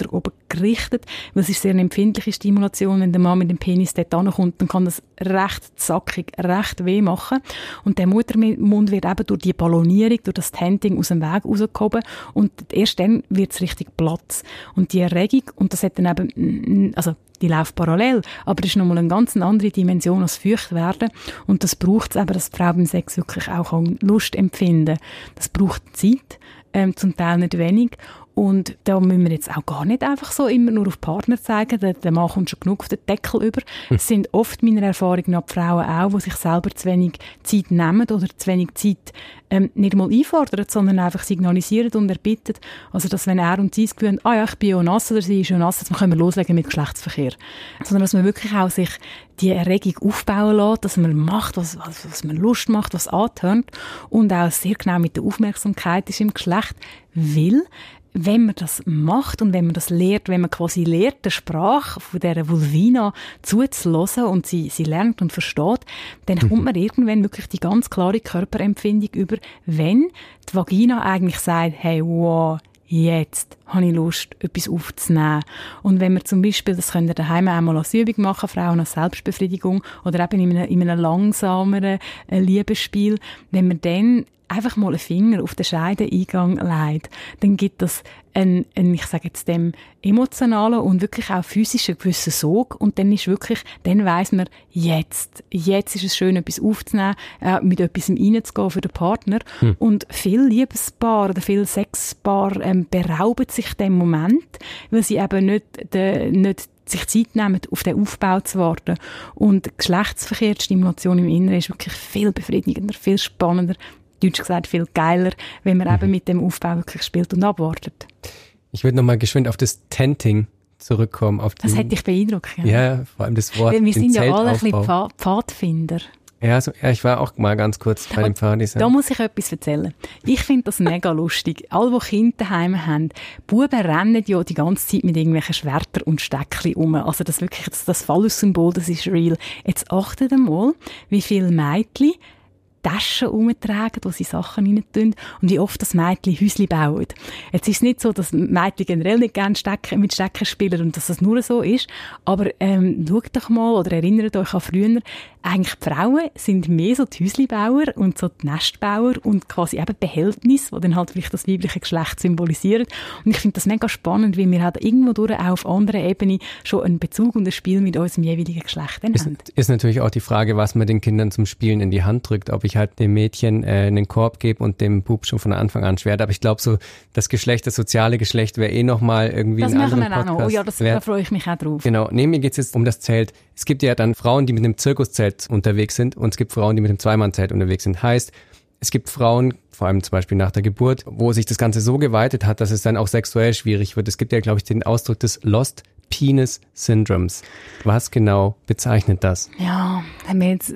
gerichtet, weil es ist sehr eine empfindliche Stimulation. Wenn der Mann mit dem Penis dort ankommt, dann kann das recht zackig, recht weh machen. Und der Muttermund wird eben durch die Ballonierung, durch das Tenting aus dem Weg rausgehoben und erst dann wird es richtig Platz. Und die Erregung, und das hat dann eben, also die läuft parallel, aber das ist nochmal eine ganz andere Dimension als Feuchtwerden. Und das braucht es eben, dass die Frau beim Sex wirklich auch Lust empfinden kann. Das braucht Zeit, ähm, zum Teil nicht wenig. Und da müssen wir jetzt auch gar nicht einfach so immer nur auf Partner zeigen. Der, der Mann kommt schon genug auf den Deckel über. Hm. Es sind oft meiner Erfahrung nach die Frauen auch, die sich selber zu wenig Zeit nehmen oder zu wenig Zeit ähm, nicht mal einfordern, sondern einfach signalisieren und erbitten. Also, dass wenn er und sie das Gefühl haben, ah ja, ich bin ja nass oder sie ist ja nass, jetzt können wir loslegen mit Geschlechtsverkehr. Sondern dass man wirklich auch sich die Erregung aufbauen lässt, dass man macht, was, was, was man Lust macht, was antönt und auch sehr genau mit der Aufmerksamkeit ist im Geschlecht, weil wenn man das macht und wenn man das lehrt, wenn man quasi lehrt, die Sprache von dieser Vulvina zuzulassen und sie, sie lernt und versteht, dann mhm. kommt man irgendwann wirklich die ganz klare Körperempfindung über, wenn die Vagina eigentlich sagt, hey, wow, jetzt habe ich Lust, etwas aufzunehmen. Und wenn wir zum Beispiel, das können wir daheim einmal als Übung machen, Frauen als Selbstbefriedigung oder eben in einem, in einem langsameren äh, Liebesspiel, wenn wir dann einfach mal einen Finger auf den Scheideneingang legt, dann gibt das einen, einen, ich sage jetzt dem, emotionalen und wirklich auch physischen gewissen Sog. Und dann ist wirklich, dann weiss man, jetzt, jetzt ist es schön, etwas aufzunehmen, äh, mit etwas reinzugehen für den Partner. Hm. Und viele Liebespaare oder viele Sexpaare ähm, berauben sich dem Moment, weil sie eben nicht, de, nicht sich Zeit nehmen, auf den Aufbau zu warten. Und Geschlechtsverkehr, die Stimulation im Inneren ist wirklich viel befriedigender, viel spannender, deutsch gesagt viel geiler, wenn man mhm. eben mit dem Aufbau wirklich spielt und abwartet. Ich würde noch mal geschwind auf das Tenting zurückkommen. Auf das hat dich beeindruckt. Ja, ja, vor allem das Wort. Weil wir sind ja alle ein bisschen Pfadfinder. Ja, so, ja, ich war auch mal ganz kurz bei dem Fahrdesign. Da muss ich etwas erzählen. Ich finde das mega lustig. Alle, die Kinder daheim haben, Buben rennen ja die ganze Zeit mit irgendwelchen Schwertern und Steckchen um. Also das wirklich, das, das Phallus-Symbol, das ist real. Jetzt achtet mal, wie viele Mädchen Taschen umtragen, wo sie Sachen rein tun und wie oft das Mädchen Häusli bauen. Jetzt ist es nicht so, dass Mädchen generell nicht gerne Stecken, mit Stecken spielen und dass das nur so ist, aber ähm, schaut doch mal oder erinnert euch an früher, eigentlich die Frauen sind mehr so die Häuslibauer und so die Nestbauer und quasi eben Behältnisse, die dann halt vielleicht das weibliche Geschlecht symbolisieren. Und ich finde das mega spannend, weil wir halt irgendwo durch auch auf anderer Ebene schon einen Bezug und ein Spiel mit unserem jeweiligen Geschlecht dann ist, haben. Ist natürlich auch die Frage, was man den Kindern zum Spielen in die Hand drückt, ob ich halt dem Mädchen äh, einen Korb gebe und dem Bub schon von Anfang an Schwert. Aber ich glaube, so das Geschlecht, das soziale Geschlecht wäre eh nochmal irgendwie das ein anderer Podcast. Das machen wir auch noch. Oh ja, das, da freue ich mich auch drauf. Genau. Nee, mir geht es jetzt um das Zelt. Es gibt ja dann Frauen, die mit einem Zirkuszelt unterwegs sind und es gibt Frauen, die mit einem Zweimannzelt unterwegs sind. Heißt, es gibt Frauen, vor allem zum Beispiel nach der Geburt, wo sich das Ganze so geweitet hat, dass es dann auch sexuell schwierig wird. Es gibt ja, glaube ich, den Ausdruck des Lost Penis Syndromes. Was genau bezeichnet das? Ja, haben wir jetzt...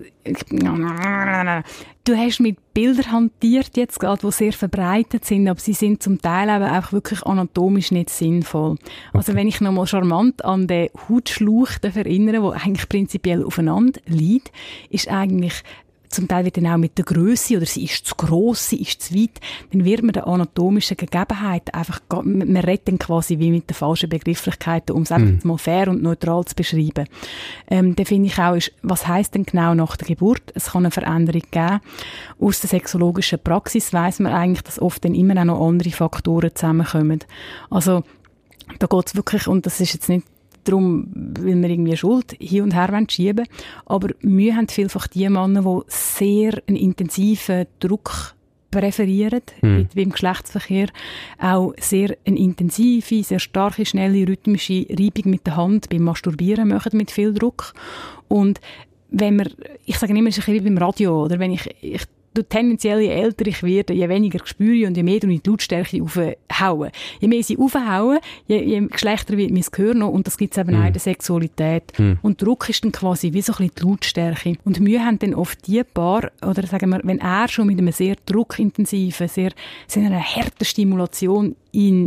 Du hast mit Bildern hantiert jetzt gerade, die sehr verbreitet sind, aber sie sind zum Teil eben auch wirklich anatomisch nicht sinnvoll. Okay. Also wenn ich nochmal charmant an den Hautschlauch erinnere, der eigentlich prinzipiell aufeinander liegt, ist eigentlich zum Teil wird dann auch mit der Grösse oder sie ist zu gross, sie ist zu weit, dann wird man der anatomischen Gegebenheit einfach, man redet dann quasi wie mit den falschen Begrifflichkeiten, um es einfach mm. mal fair und neutral zu beschreiben. Ähm, da finde ich auch, ist, was heisst denn genau nach der Geburt? Es kann eine Veränderung geben. Aus der sexologischen Praxis weiss man eigentlich, dass oft dann immer auch noch andere Faktoren zusammenkommen. Also, da geht es wirklich, und das ist jetzt nicht darum, weil wir irgendwie Schuld hin und her schieben wollen. Aber wir haben vielfach die Männer, die sehr einen intensiven Druck präferieren, hm. wie im Geschlechtsverkehr. Auch sehr eine intensive, sehr starke, schnelle, rhythmische Reibung mit der Hand beim Masturbieren machen mit viel Druck. Und wenn wir, ich sage immer, es ist ein bisschen wie beim Radio, oder wenn ich, ich tendenziell, je älter ich werde, je weniger spüre ich und je mehr ich die Lautstärke aufhauen. Je mehr sie aufhauen, je, je schlechter wird mein Gehör noch und das gibt es eben mm. auch in der Sexualität. Mm. Und Druck ist dann quasi wie so ein bisschen die Lautstärke. Und wir haben dann oft die Paar, oder sagen wir, wenn er schon mit einer sehr druckintensiven, sehr, sehr einer harten Stimulation in, in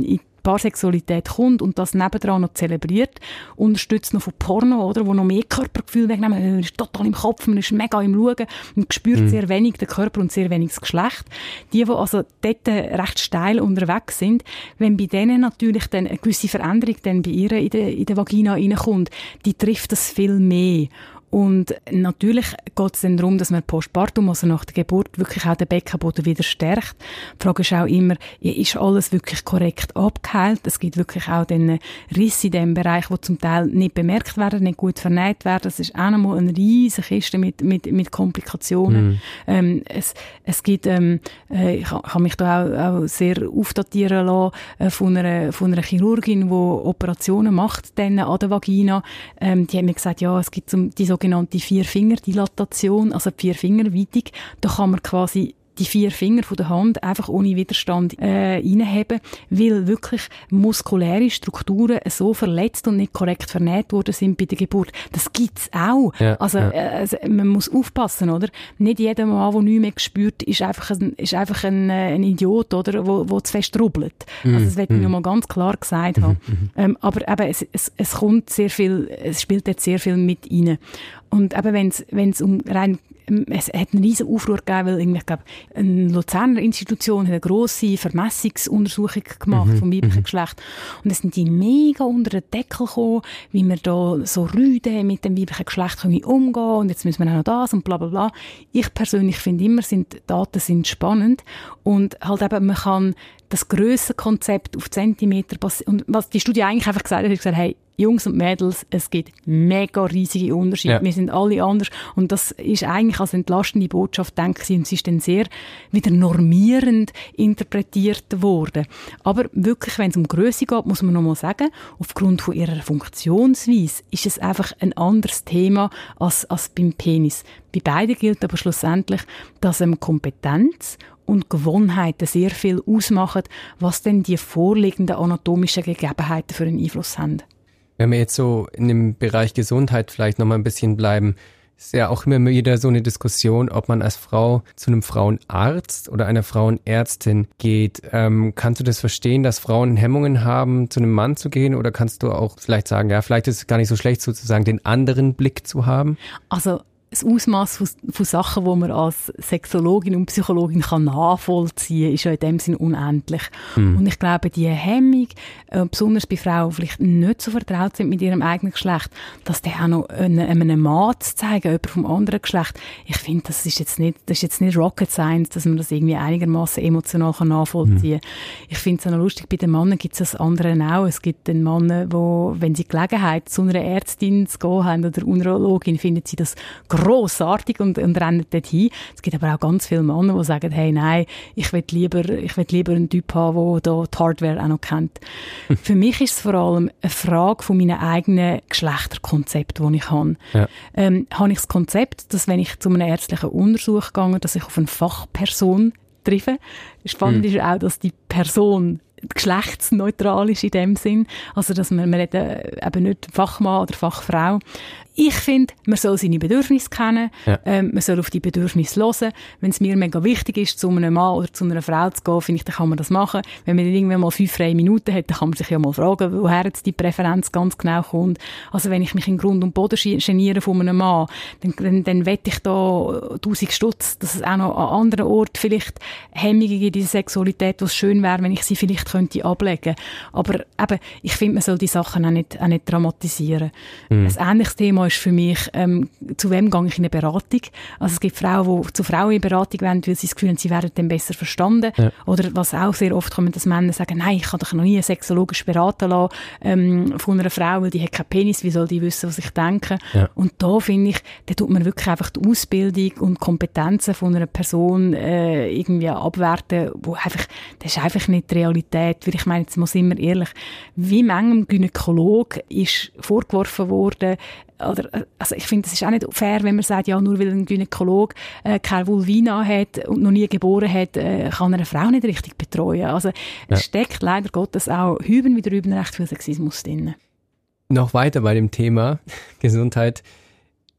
Paarsexualität kommt und das nebendran noch zelebriert, unterstützt noch von Porno, oder, wo noch mehr Körpergefühl wegnehmen, man ist total im Kopf, man ist mega im Schauen und spürt mhm. sehr wenig den Körper und sehr wenig das Geschlecht. Die, die also dort recht steil unterwegs sind, wenn bei denen natürlich dann eine gewisse Veränderung dann bei ihr in der, in der Vagina reinkommt, die trifft das viel mehr. Und natürlich geht es dann darum, dass man postpartum, also nach der Geburt, wirklich auch den Beckenboden wieder stärkt. Die Frage ist auch immer, ist alles wirklich korrekt abgeheilt? Es gibt wirklich auch den Risse in dem Bereich, die zum Teil nicht bemerkt werden, nicht gut vernäht werden. Das ist auch nochmal eine riesige Kiste mit, mit, mit Komplikationen. Mhm. Ähm, es, es gibt, ähm, äh, ich habe mich da auch, auch sehr aufdatieren lassen äh, von, einer, von einer Chirurgin, die Operationen macht dann an der Vagina. Ähm, die hat mir gesagt, ja, es gibt zum, die sogenannte Vier-Finger-Dilatation, also die Vier-Finger-Weitung. Da kann man quasi die vier Finger von der Hand einfach ohne Widerstand äh, reinheben, weil wirklich muskuläre Strukturen so verletzt und nicht korrekt vernäht worden sind bei der Geburt. Das gibt's auch. Ja, also, ja. Äh, also man muss aufpassen, oder? Nicht jeder Mann, der nichts mehr spürt, ist einfach ein, ist einfach ein, äh, ein Idiot, oder? Wo, wo zu fest rubbelt. Mm, also das will mm. ich nochmal ganz klar gesagt mm, haben. Mm. Ähm, aber eben, es, es, es kommt sehr viel, es spielt jetzt sehr viel mit rein. Und eben, wenn es um rein es hat einen riesen Aufruhr gegeben, weil irgendwie, ich glaube, eine Luzerner Institution hat eine grosse Vermessungsuntersuchung gemacht mhm. vom weiblichen Geschlecht. Und es sind die mega unter den Deckel gekommen, wie wir da so rüde mit dem weiblichen Geschlecht umgehen können und jetzt müssen wir auch noch das und bla bla bla. Ich persönlich finde immer, sind, Daten sind spannend und halt eben, man kann das Grössenkonzept auf Zentimeter passieren. Und was die Studie eigentlich einfach gesagt hat, hat gesagt, hey, Jungs und Mädels, es gibt mega riesige Unterschiede. Ja. Wir sind alle anders. Und das ist eigentlich als entlastende Botschaft, denke ich, und sie ist dann sehr wieder normierend interpretiert worden. Aber wirklich, wenn es um Grösse geht, muss man noch mal sagen, aufgrund von ihrer Funktionsweise ist es einfach ein anderes Thema als, als beim Penis. Bei beiden gilt aber schlussendlich, dass ähm, Kompetenz und Gewohnheiten sehr viel ausmachen, was denn die vorliegenden anatomischen Gegebenheiten für einen Einfluss haben. Wenn wir jetzt so in dem Bereich Gesundheit vielleicht noch mal ein bisschen bleiben, ist ja auch immer wieder so eine Diskussion, ob man als Frau zu einem Frauenarzt oder einer Frauenärztin geht. Ähm, kannst du das verstehen, dass Frauen Hemmungen haben, zu einem Mann zu gehen? Oder kannst du auch vielleicht sagen, ja, vielleicht ist es gar nicht so schlecht, sozusagen den anderen Blick zu haben? Also das Ausmaß von, von Sachen, die man als Sexologin und Psychologin kann nachvollziehen kann, ist ja in dem Sinn unendlich. Mhm. Und ich glaube, die Hemmung, äh, besonders bei Frauen, die vielleicht nicht so vertraut sind mit ihrem eigenen Geschlecht, dass die auch noch einem, einem Mann zu zeigen, jemand vom anderen Geschlecht, ich finde, das ist jetzt nicht, das ist jetzt nicht Rocket Science, dass man das irgendwie einigermaßen emotional kann nachvollziehen kann. Mhm. Ich finde es auch noch lustig, bei den Männern gibt es das andere auch. Es gibt den Männer, die, wenn sie Gelegenheit zu einer Ärztin zu gehen haben oder Urologin, finden sie das grossartig und, und rennen dort hin. Es gibt aber auch ganz viele Männer, die sagen, hey, nein, ich will lieber, ich will lieber einen Typ haben, der da die Hardware auch noch kennt. Hm. Für mich ist es vor allem eine Frage von meinen eigenen Geschlechterkonzepten, die ich habe. Ja. Ähm, habe ich das Konzept, dass wenn ich zu einer ärztlichen Untersuchung gehe, dass ich auf eine Fachperson treffe. Spannend hm. ist auch, dass die Person geschlechtsneutral ist in dem Sinn. Also, dass man, man reden eben nicht Fachmann oder Fachfrau. Ich finde, man soll seine Bedürfnisse kennen, ja. ähm, man soll auf die Bedürfnisse hören. Wenn es mir mega wichtig ist, zu einem Mann oder zu einer Frau zu gehen, finde ich, dann kann man das machen. Wenn man dann irgendwann mal fünf freie Minuten hat, dann kann man sich ja mal fragen, woher jetzt die Präferenz ganz genau kommt. Also wenn ich mich in Grund und Boden geniere von einem Mann, dann, dann, dann wette ich da tausend Stutz, dass es auch noch an anderen Orten vielleicht Hemmungen gibt in der Sexualität, wo es schön wäre, wenn ich sie vielleicht könnte ablegen. Aber eben, ich finde, man soll die Sachen auch nicht, auch nicht dramatisieren. Mhm. Ein ähnliches Thema ist für mich, ähm, zu wem gehe ich in eine Beratung? Also es gibt Frauen, die zu Frauen in Beratung wollen, weil sie das Gefühl haben, sie werden dann besser verstanden. Ja. Oder was auch sehr oft kommt, dass Männer sagen, nein, ich kann doch noch nie sexologisch beraten lassen ähm, von einer Frau, weil die hat keinen Penis, wie soll die wissen, was ich denke? Ja. Und da finde ich, da tut man wirklich einfach die Ausbildung und Kompetenzen von einer Person äh, irgendwie abwerten, wo einfach, das ist einfach nicht die Realität, weil ich meine, jetzt mal sind wir ehrlich, wie manchem Gynäkolog ist vorgeworfen worden, oder, also ich finde, es ist auch nicht fair, wenn man sagt, ja, nur weil ein Gynäkolog äh, keine Vulvina hat und noch nie geboren hat, äh, kann er eine Frau nicht richtig betreuen. Also ja. Es steckt leider Gottes auch hüben wie drüben recht viel Sexismus drin. Noch weiter bei dem Thema Gesundheit.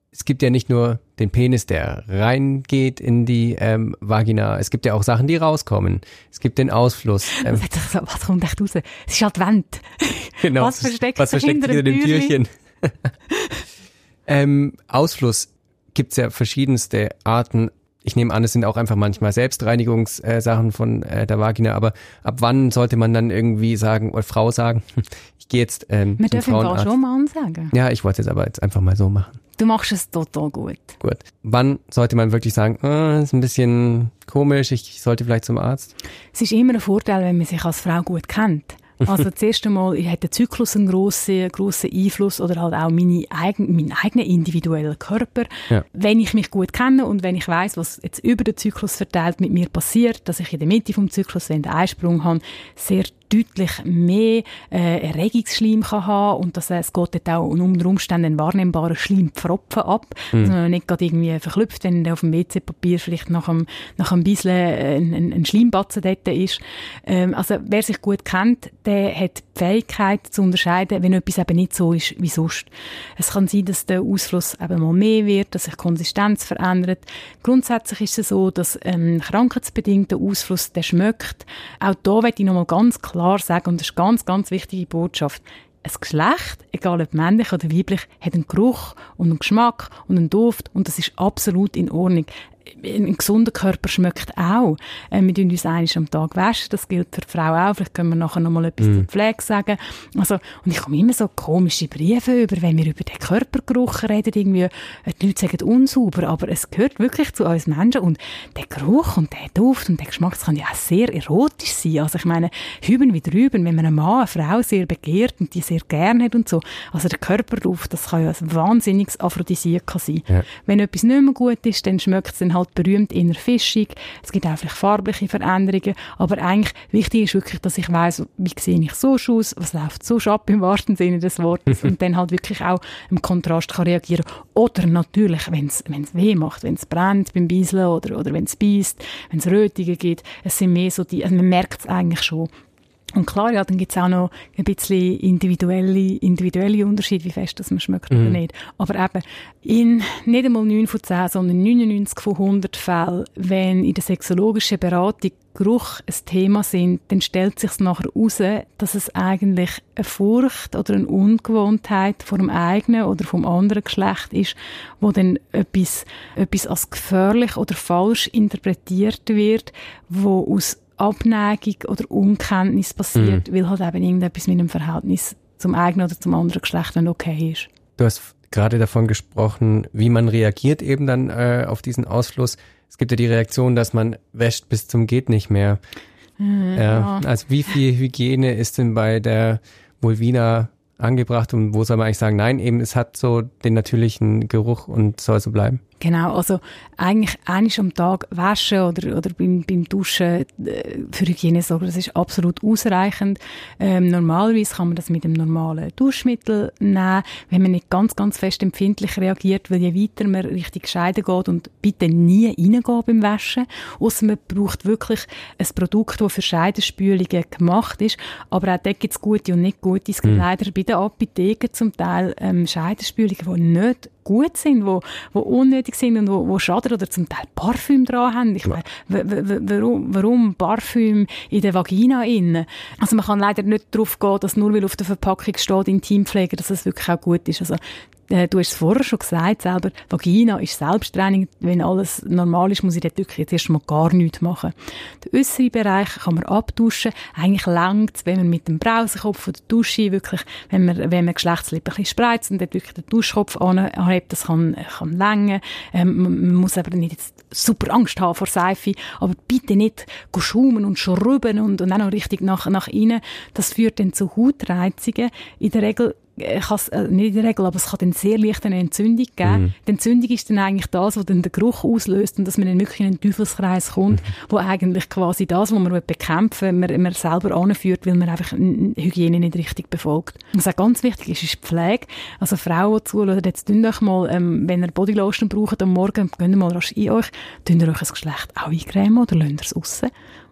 es gibt ja nicht nur den Penis, der reingeht in die ähm, Vagina, es gibt ja auch Sachen, die rauskommen. Es gibt den Ausfluss. Ähm, was kommt echt raus? Es ist Advent. Genau, was versteckt was sich versteckt hinter dem Türchen? ähm, Ausfluss gibt es ja verschiedenste Arten. Ich nehme an, es sind auch einfach manchmal Selbstreinigungssachen von äh, der Vagina, aber ab wann sollte man dann irgendwie sagen, oder Frau sagen, ich gehe jetzt ähm, Wir zum dürfen Frauenarzt. schon Mann sagen. Ja, ich wollte es aber jetzt einfach mal so machen. Du machst es total gut. Gut. Wann sollte man wirklich sagen, oh, ist ein bisschen komisch, ich sollte vielleicht zum Arzt? Es ist immer ein Vorteil, wenn man sich als Frau gut kennt. Also das erste Mal hat der Zyklus einen grossen, grossen Einfluss oder halt auch meine eigen, mein eigener individueller Körper. Ja. Wenn ich mich gut kenne und wenn ich weiss, was jetzt über den Zyklus verteilt mit mir passiert, dass ich in der Mitte vom Zyklus, wenn ich den Eisprung habe, sehr deutlich mehr äh, Erregungsschleim kann haben und dass, äh, es geht dort auch unter Umständen einen wahrnehmbaren Schleimpfropfen ab, mhm. dass man nicht gerade irgendwie verklüpft, wenn auf dem W C-Papier vielleicht nach einem, nach einem bisschen ein, ein, ein Schleimbatzen dort ist. Ähm, also wer sich gut kennt, der hat die Fähigkeit zu unterscheiden, wenn etwas eben nicht so ist wie sonst. Es kann sein, dass der Ausfluss eben mal mehr wird, dass sich die Konsistenz verändert. Grundsätzlich ist es so, dass ähm, krankheitsbedingter Ausfluss, der schmeckt. Auch da möchte ich nochmal ganz klar sagen, und das ist eine ganz, ganz wichtige Botschaft, ein Geschlecht, egal ob männlich oder weiblich, hat einen Geruch und einen Geschmack und einen Duft und das ist absolut in Ordnung. Ein gesunder Körper schmeckt auch. Äh, wir tun uns einmal am Tag waschen, das gilt für die Frau auch. Vielleicht können wir nachher noch mal etwas mm. zur Pflege sagen. Also, und ich komme immer so komische Briefe über, wenn wir über den Körpergeruch reden, irgendwie, die Leute sagen unsauber, aber es gehört wirklich zu uns Menschen und der Geruch und der Duft und der Geschmack, das kann ja auch sehr erotisch sein. Also ich meine, hüben wie drüben, wenn man einen Mann, eine Frau sehr begehrt und die sehr gerne hat und so. Also der Körperduft, das kann ja ein wahnsinniges Aphrodisiak sein. Ja. Wenn etwas nicht mehr gut ist, dann schmeckt es dann halt berühmt inner fischig. Es gibt auch vielleicht farbliche Veränderungen. Aber eigentlich wichtig ist wirklich, dass ich weiss, wie sehe ich so aus, was läuft so ab im wahrsten Sinne des Wortes und dann halt wirklich auch im Kontrast kann reagieren. Oder natürlich, wenn es weh macht, wenn es brennt beim Beiseln oder, oder wenn es beißt, wenn es Rötungen gibt. Es sind mehr so die, also man merkt es eigentlich schon. Und klar, ja, dann gibt es auch noch ein bisschen individuelle, individuelle Unterschiede, wie fest das man schmeckt mhm. oder nicht. Aber eben, in nicht einmal neun von zehn, sondern neunundneunzig von hundert Fällen, wenn in der sexologischen Beratung Geruch ein Thema sind, dann stellt sich nachher heraus, dass es eigentlich eine Furcht oder eine Ungewohntheit vor dem eigenen oder vom anderen Geschlecht ist, wo dann etwas, etwas als gefährlich oder falsch interpretiert wird, wo aus Abneigung oder Unkenntnis passiert, mhm. weil halt eben irgendetwas mit einem Verhältnis zum eigenen oder zum anderen Geschlecht nicht okay ist. Du hast gerade davon gesprochen, wie man reagiert eben dann äh, auf diesen Ausfluss. Es gibt ja die Reaktion, dass man wäscht bis zum geht nicht mehr. Mhm, ja. Ja. Also wie viel Hygiene ist denn bei der Vulvina angebracht und wo soll man eigentlich sagen, nein, eben es hat so den natürlichen Geruch und soll so bleiben? Genau, also eigentlich einmal am Tag waschen oder, oder beim, beim Duschen äh, für Hygiene sorgen, das ist absolut ausreichend. Ähm, normalerweise kann man das mit einem normalen Duschmittel nehmen, wenn man nicht ganz, ganz fest empfindlich reagiert, weil je weiter man Richtung Scheiden geht und bitte nie reingehen beim Waschen, ausser man braucht wirklich ein Produkt, das für Scheidenspülungen gemacht ist, aber auch dort gibt es gute und nicht gute. Es gibt mhm. leider bei den Apotheken zum Teil ähm, Scheidenspülungen, die nicht gut sind, die, die unnötig sind und die, die schaden oder zum Teil Parfüm dran haben. Ich meine, w- w- warum, warum Parfüm in der Vagina innen? Also man kann leider nicht darauf gehen, dass nur weil auf der Verpackung steht Intimpflege, dass es wirklich auch gut ist. Also du hast es vorher schon gesagt, selber, Vagina ist Selbsttraining. Wenn alles normal ist, muss ich dort wirklich jetzt erst mal gar nichts machen. Den äußeren Bereich kann man abduschen. Eigentlich langt es, wenn man mit dem Brausenkopf von der Dusche wirklich, wenn man, wenn man Geschlechtslippen ein bisschen spreizt und dort wirklich den Duschkopf anhebt, das kann, kann länger. Ähm, man muss aber nicht jetzt super Angst haben vor Seife, aber bitte nicht schaumen und schrubben und, und auch noch richtig nach, nach innen. Das führt dann zu Hautreizungen. In der Regel Kann, nicht in der Regel, aber es kann dann sehr leicht eine Entzündung geben. Mhm. Die Entzündung ist dann eigentlich das, was dann den Geruch auslöst und dass man dann wirklich in einen Teufelskreis kommt, mhm. wo eigentlich quasi das, was man bekämpfen will, man, man selber anführt, weil man einfach Hygiene nicht richtig befolgt. Was auch ganz wichtig ist, ist die Pflege. Also Frauen, die zuhören, jetzt tun euch mal, ähm, wenn ihr Bodylotion braucht am Morgen, geht mal rasch in euch, tun ihr euch das Geschlecht auch eincremen oder lasst ihr es raus?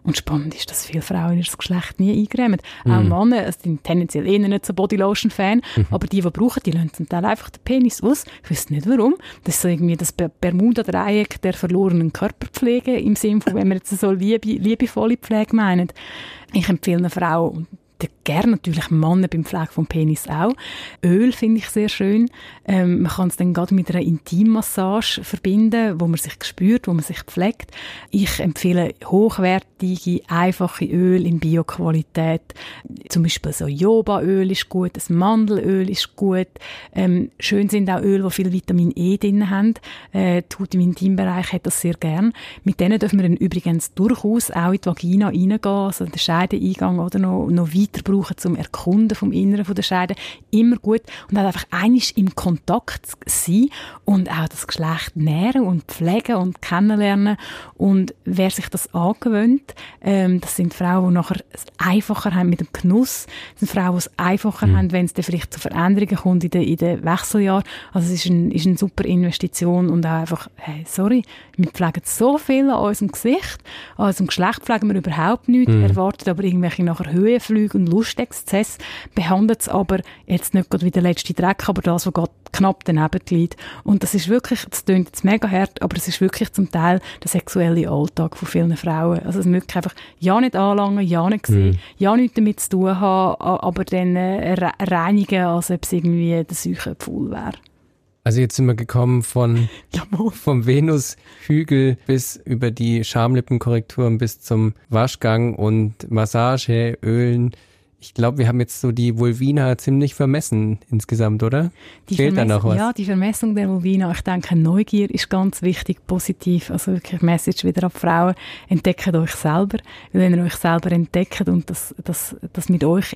Und spannend ist, dass viele Frauen ihr Geschlecht nie eingremen. Mhm. Auch Männer sind tendenziell eher nicht so Bodylotion-Fan, mhm. aber die, die brauchen, die lassen zum Teil einfach den Penis aus. Ich weiß nicht warum. Das ist so irgendwie das Bermuda-Dreieck der verlorenen Körperpflege, im Sinne von, wenn wir jetzt so liebe, liebevolle Pflege meinen. Ich empfehle einer Frau, gerne natürlich Männer beim Pflege vom Penis auch. Öl finde ich sehr schön. Ähm, man kann es dann gerade mit einer Intimmassage verbinden, wo man sich spürt, wo man sich pflegt. Ich empfehle hochwertige, einfache Öl in Bioqualität. Zum Beispiel so Jobaöl ist gut, das Mandelöl ist gut. Ähm, schön sind auch Öle, die viel Vitamin E drin haben. Äh, die Haut im Intimbereich hat das sehr gern. Mit denen dürfen wir dann übrigens durchaus auch in die Vagina reingehen, also den Scheideneingang oder noch, noch weiter brauchen zum Erkunden vom Inneren von der Scheide. Immer gut. Und dann einfach einiges im Kontakt sein und auch das Geschlecht nähren und pflegen und kennenlernen. Und wer sich das angewöhnt, ähm, das sind Frauen, die nachher es einfacher haben mit dem Genuss. Das sind Frauen, die es einfacher mhm. haben, wenn es dann vielleicht zu Veränderungen kommt in den, in den Wechseljahren. Also es ist, ein, ist eine super Investition und auch einfach, hey, sorry, wir pflegen so viel an unserem Gesicht, an unserem Geschlecht pflegen wir überhaupt nichts, mhm. erwartet aber irgendwelche nachher Höhenflüge und Lustexzess, behandelt es aber jetzt nicht gerade wie der letzte Dreck, aber das, was gerade knapp daneben liegt. Und das ist wirklich, das klingt jetzt mega hart, aber es ist wirklich zum Teil der sexuelle Alltag von vielen Frauen. Also es ist wirklich einfach, ja nicht anlangen, ja nicht sehen, mhm. ja nichts damit zu tun haben, aber dann äh, reinigen, als ob es irgendwie der Seuchenpfuhl wäre. Also jetzt sind wir gekommen von vom Venushügel bis über die Schamlippenkorrekturen bis zum Waschgang und Massage, Ölen. Ich glaube, wir haben jetzt so die Vulvina ziemlich vermessen insgesamt, oder? Die Fehlt da noch was? Ja, die Vermessung der Vulvina. Ich denke, Neugier ist ganz wichtig, positiv. Also wirklich Message wieder an Frauen. Entdeckt euch selber. Weil wenn ihr euch selber entdeckt und das, das, das mit euch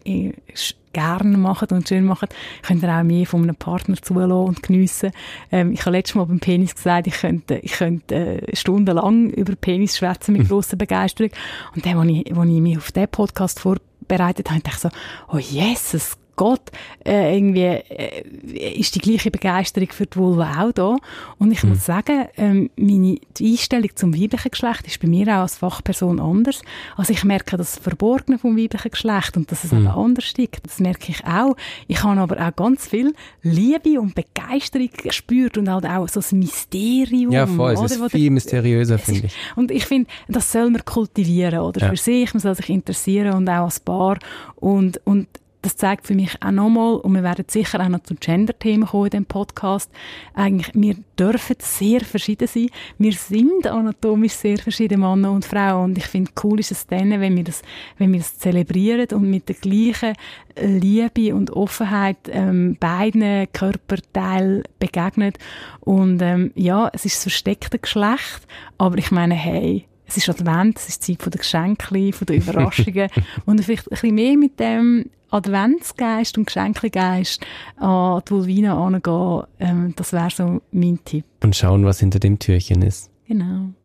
gerne macht und schön macht, könnt ihr auch mehr von einem Partner zulassen und geniessen. Ähm, ich habe letztes Mal beim Penis gesagt, ich könnte, ich könnte äh, stundenlang über Penis schwätzen mit grosser Begeisterung. Und dann, als ich, als ich mich auf diesen Podcast vorbereitet habe, dachte ich so, oh Jesus Gott, äh, irgendwie äh, ist die gleiche Begeisterung für die Vulva auch da. Und ich mhm. muss sagen, ähm, meine die Einstellung zum weiblichen Geschlecht ist bei mir auch als Fachperson anders. Also ich merke das Verborgene vom weiblichen Geschlecht und dass es mhm. auch anders ist. Das merke ich auch. Ich habe aber auch ganz viel Liebe und Begeisterung gespürt und halt auch so ein Mysterium. Ja, voll. Es ist viel mysteriöser, finde ich. Und ich finde, das soll man kultivieren, oder? Ja. Für sich, man soll sich interessieren und auch als Paar. Und, und das zeigt für mich auch nochmal, und wir werden sicher auch noch zu Gender-Themen kommen in diesem Podcast, eigentlich, wir dürfen sehr verschieden sein. Wir sind anatomisch sehr verschieden, Männer und Frauen. Und ich finde, cool ist es dann, wenn wir das, wenn wir das zelebrieren und mit der gleichen Liebe und Offenheit ähm, beiden Körperteilen begegnen. Und ähm, ja, es ist das versteckte Geschlecht, aber ich meine, hey, es ist Advent, es ist die Zeit der Geschenke, der Überraschungen und vielleicht ein bisschen mehr mit dem Adventsgeist und Geschenkegeist an die Vulvina angehen. Ähm, das wäre so mein Tipp. Und schauen, was hinter dem Türchen ist. Genau.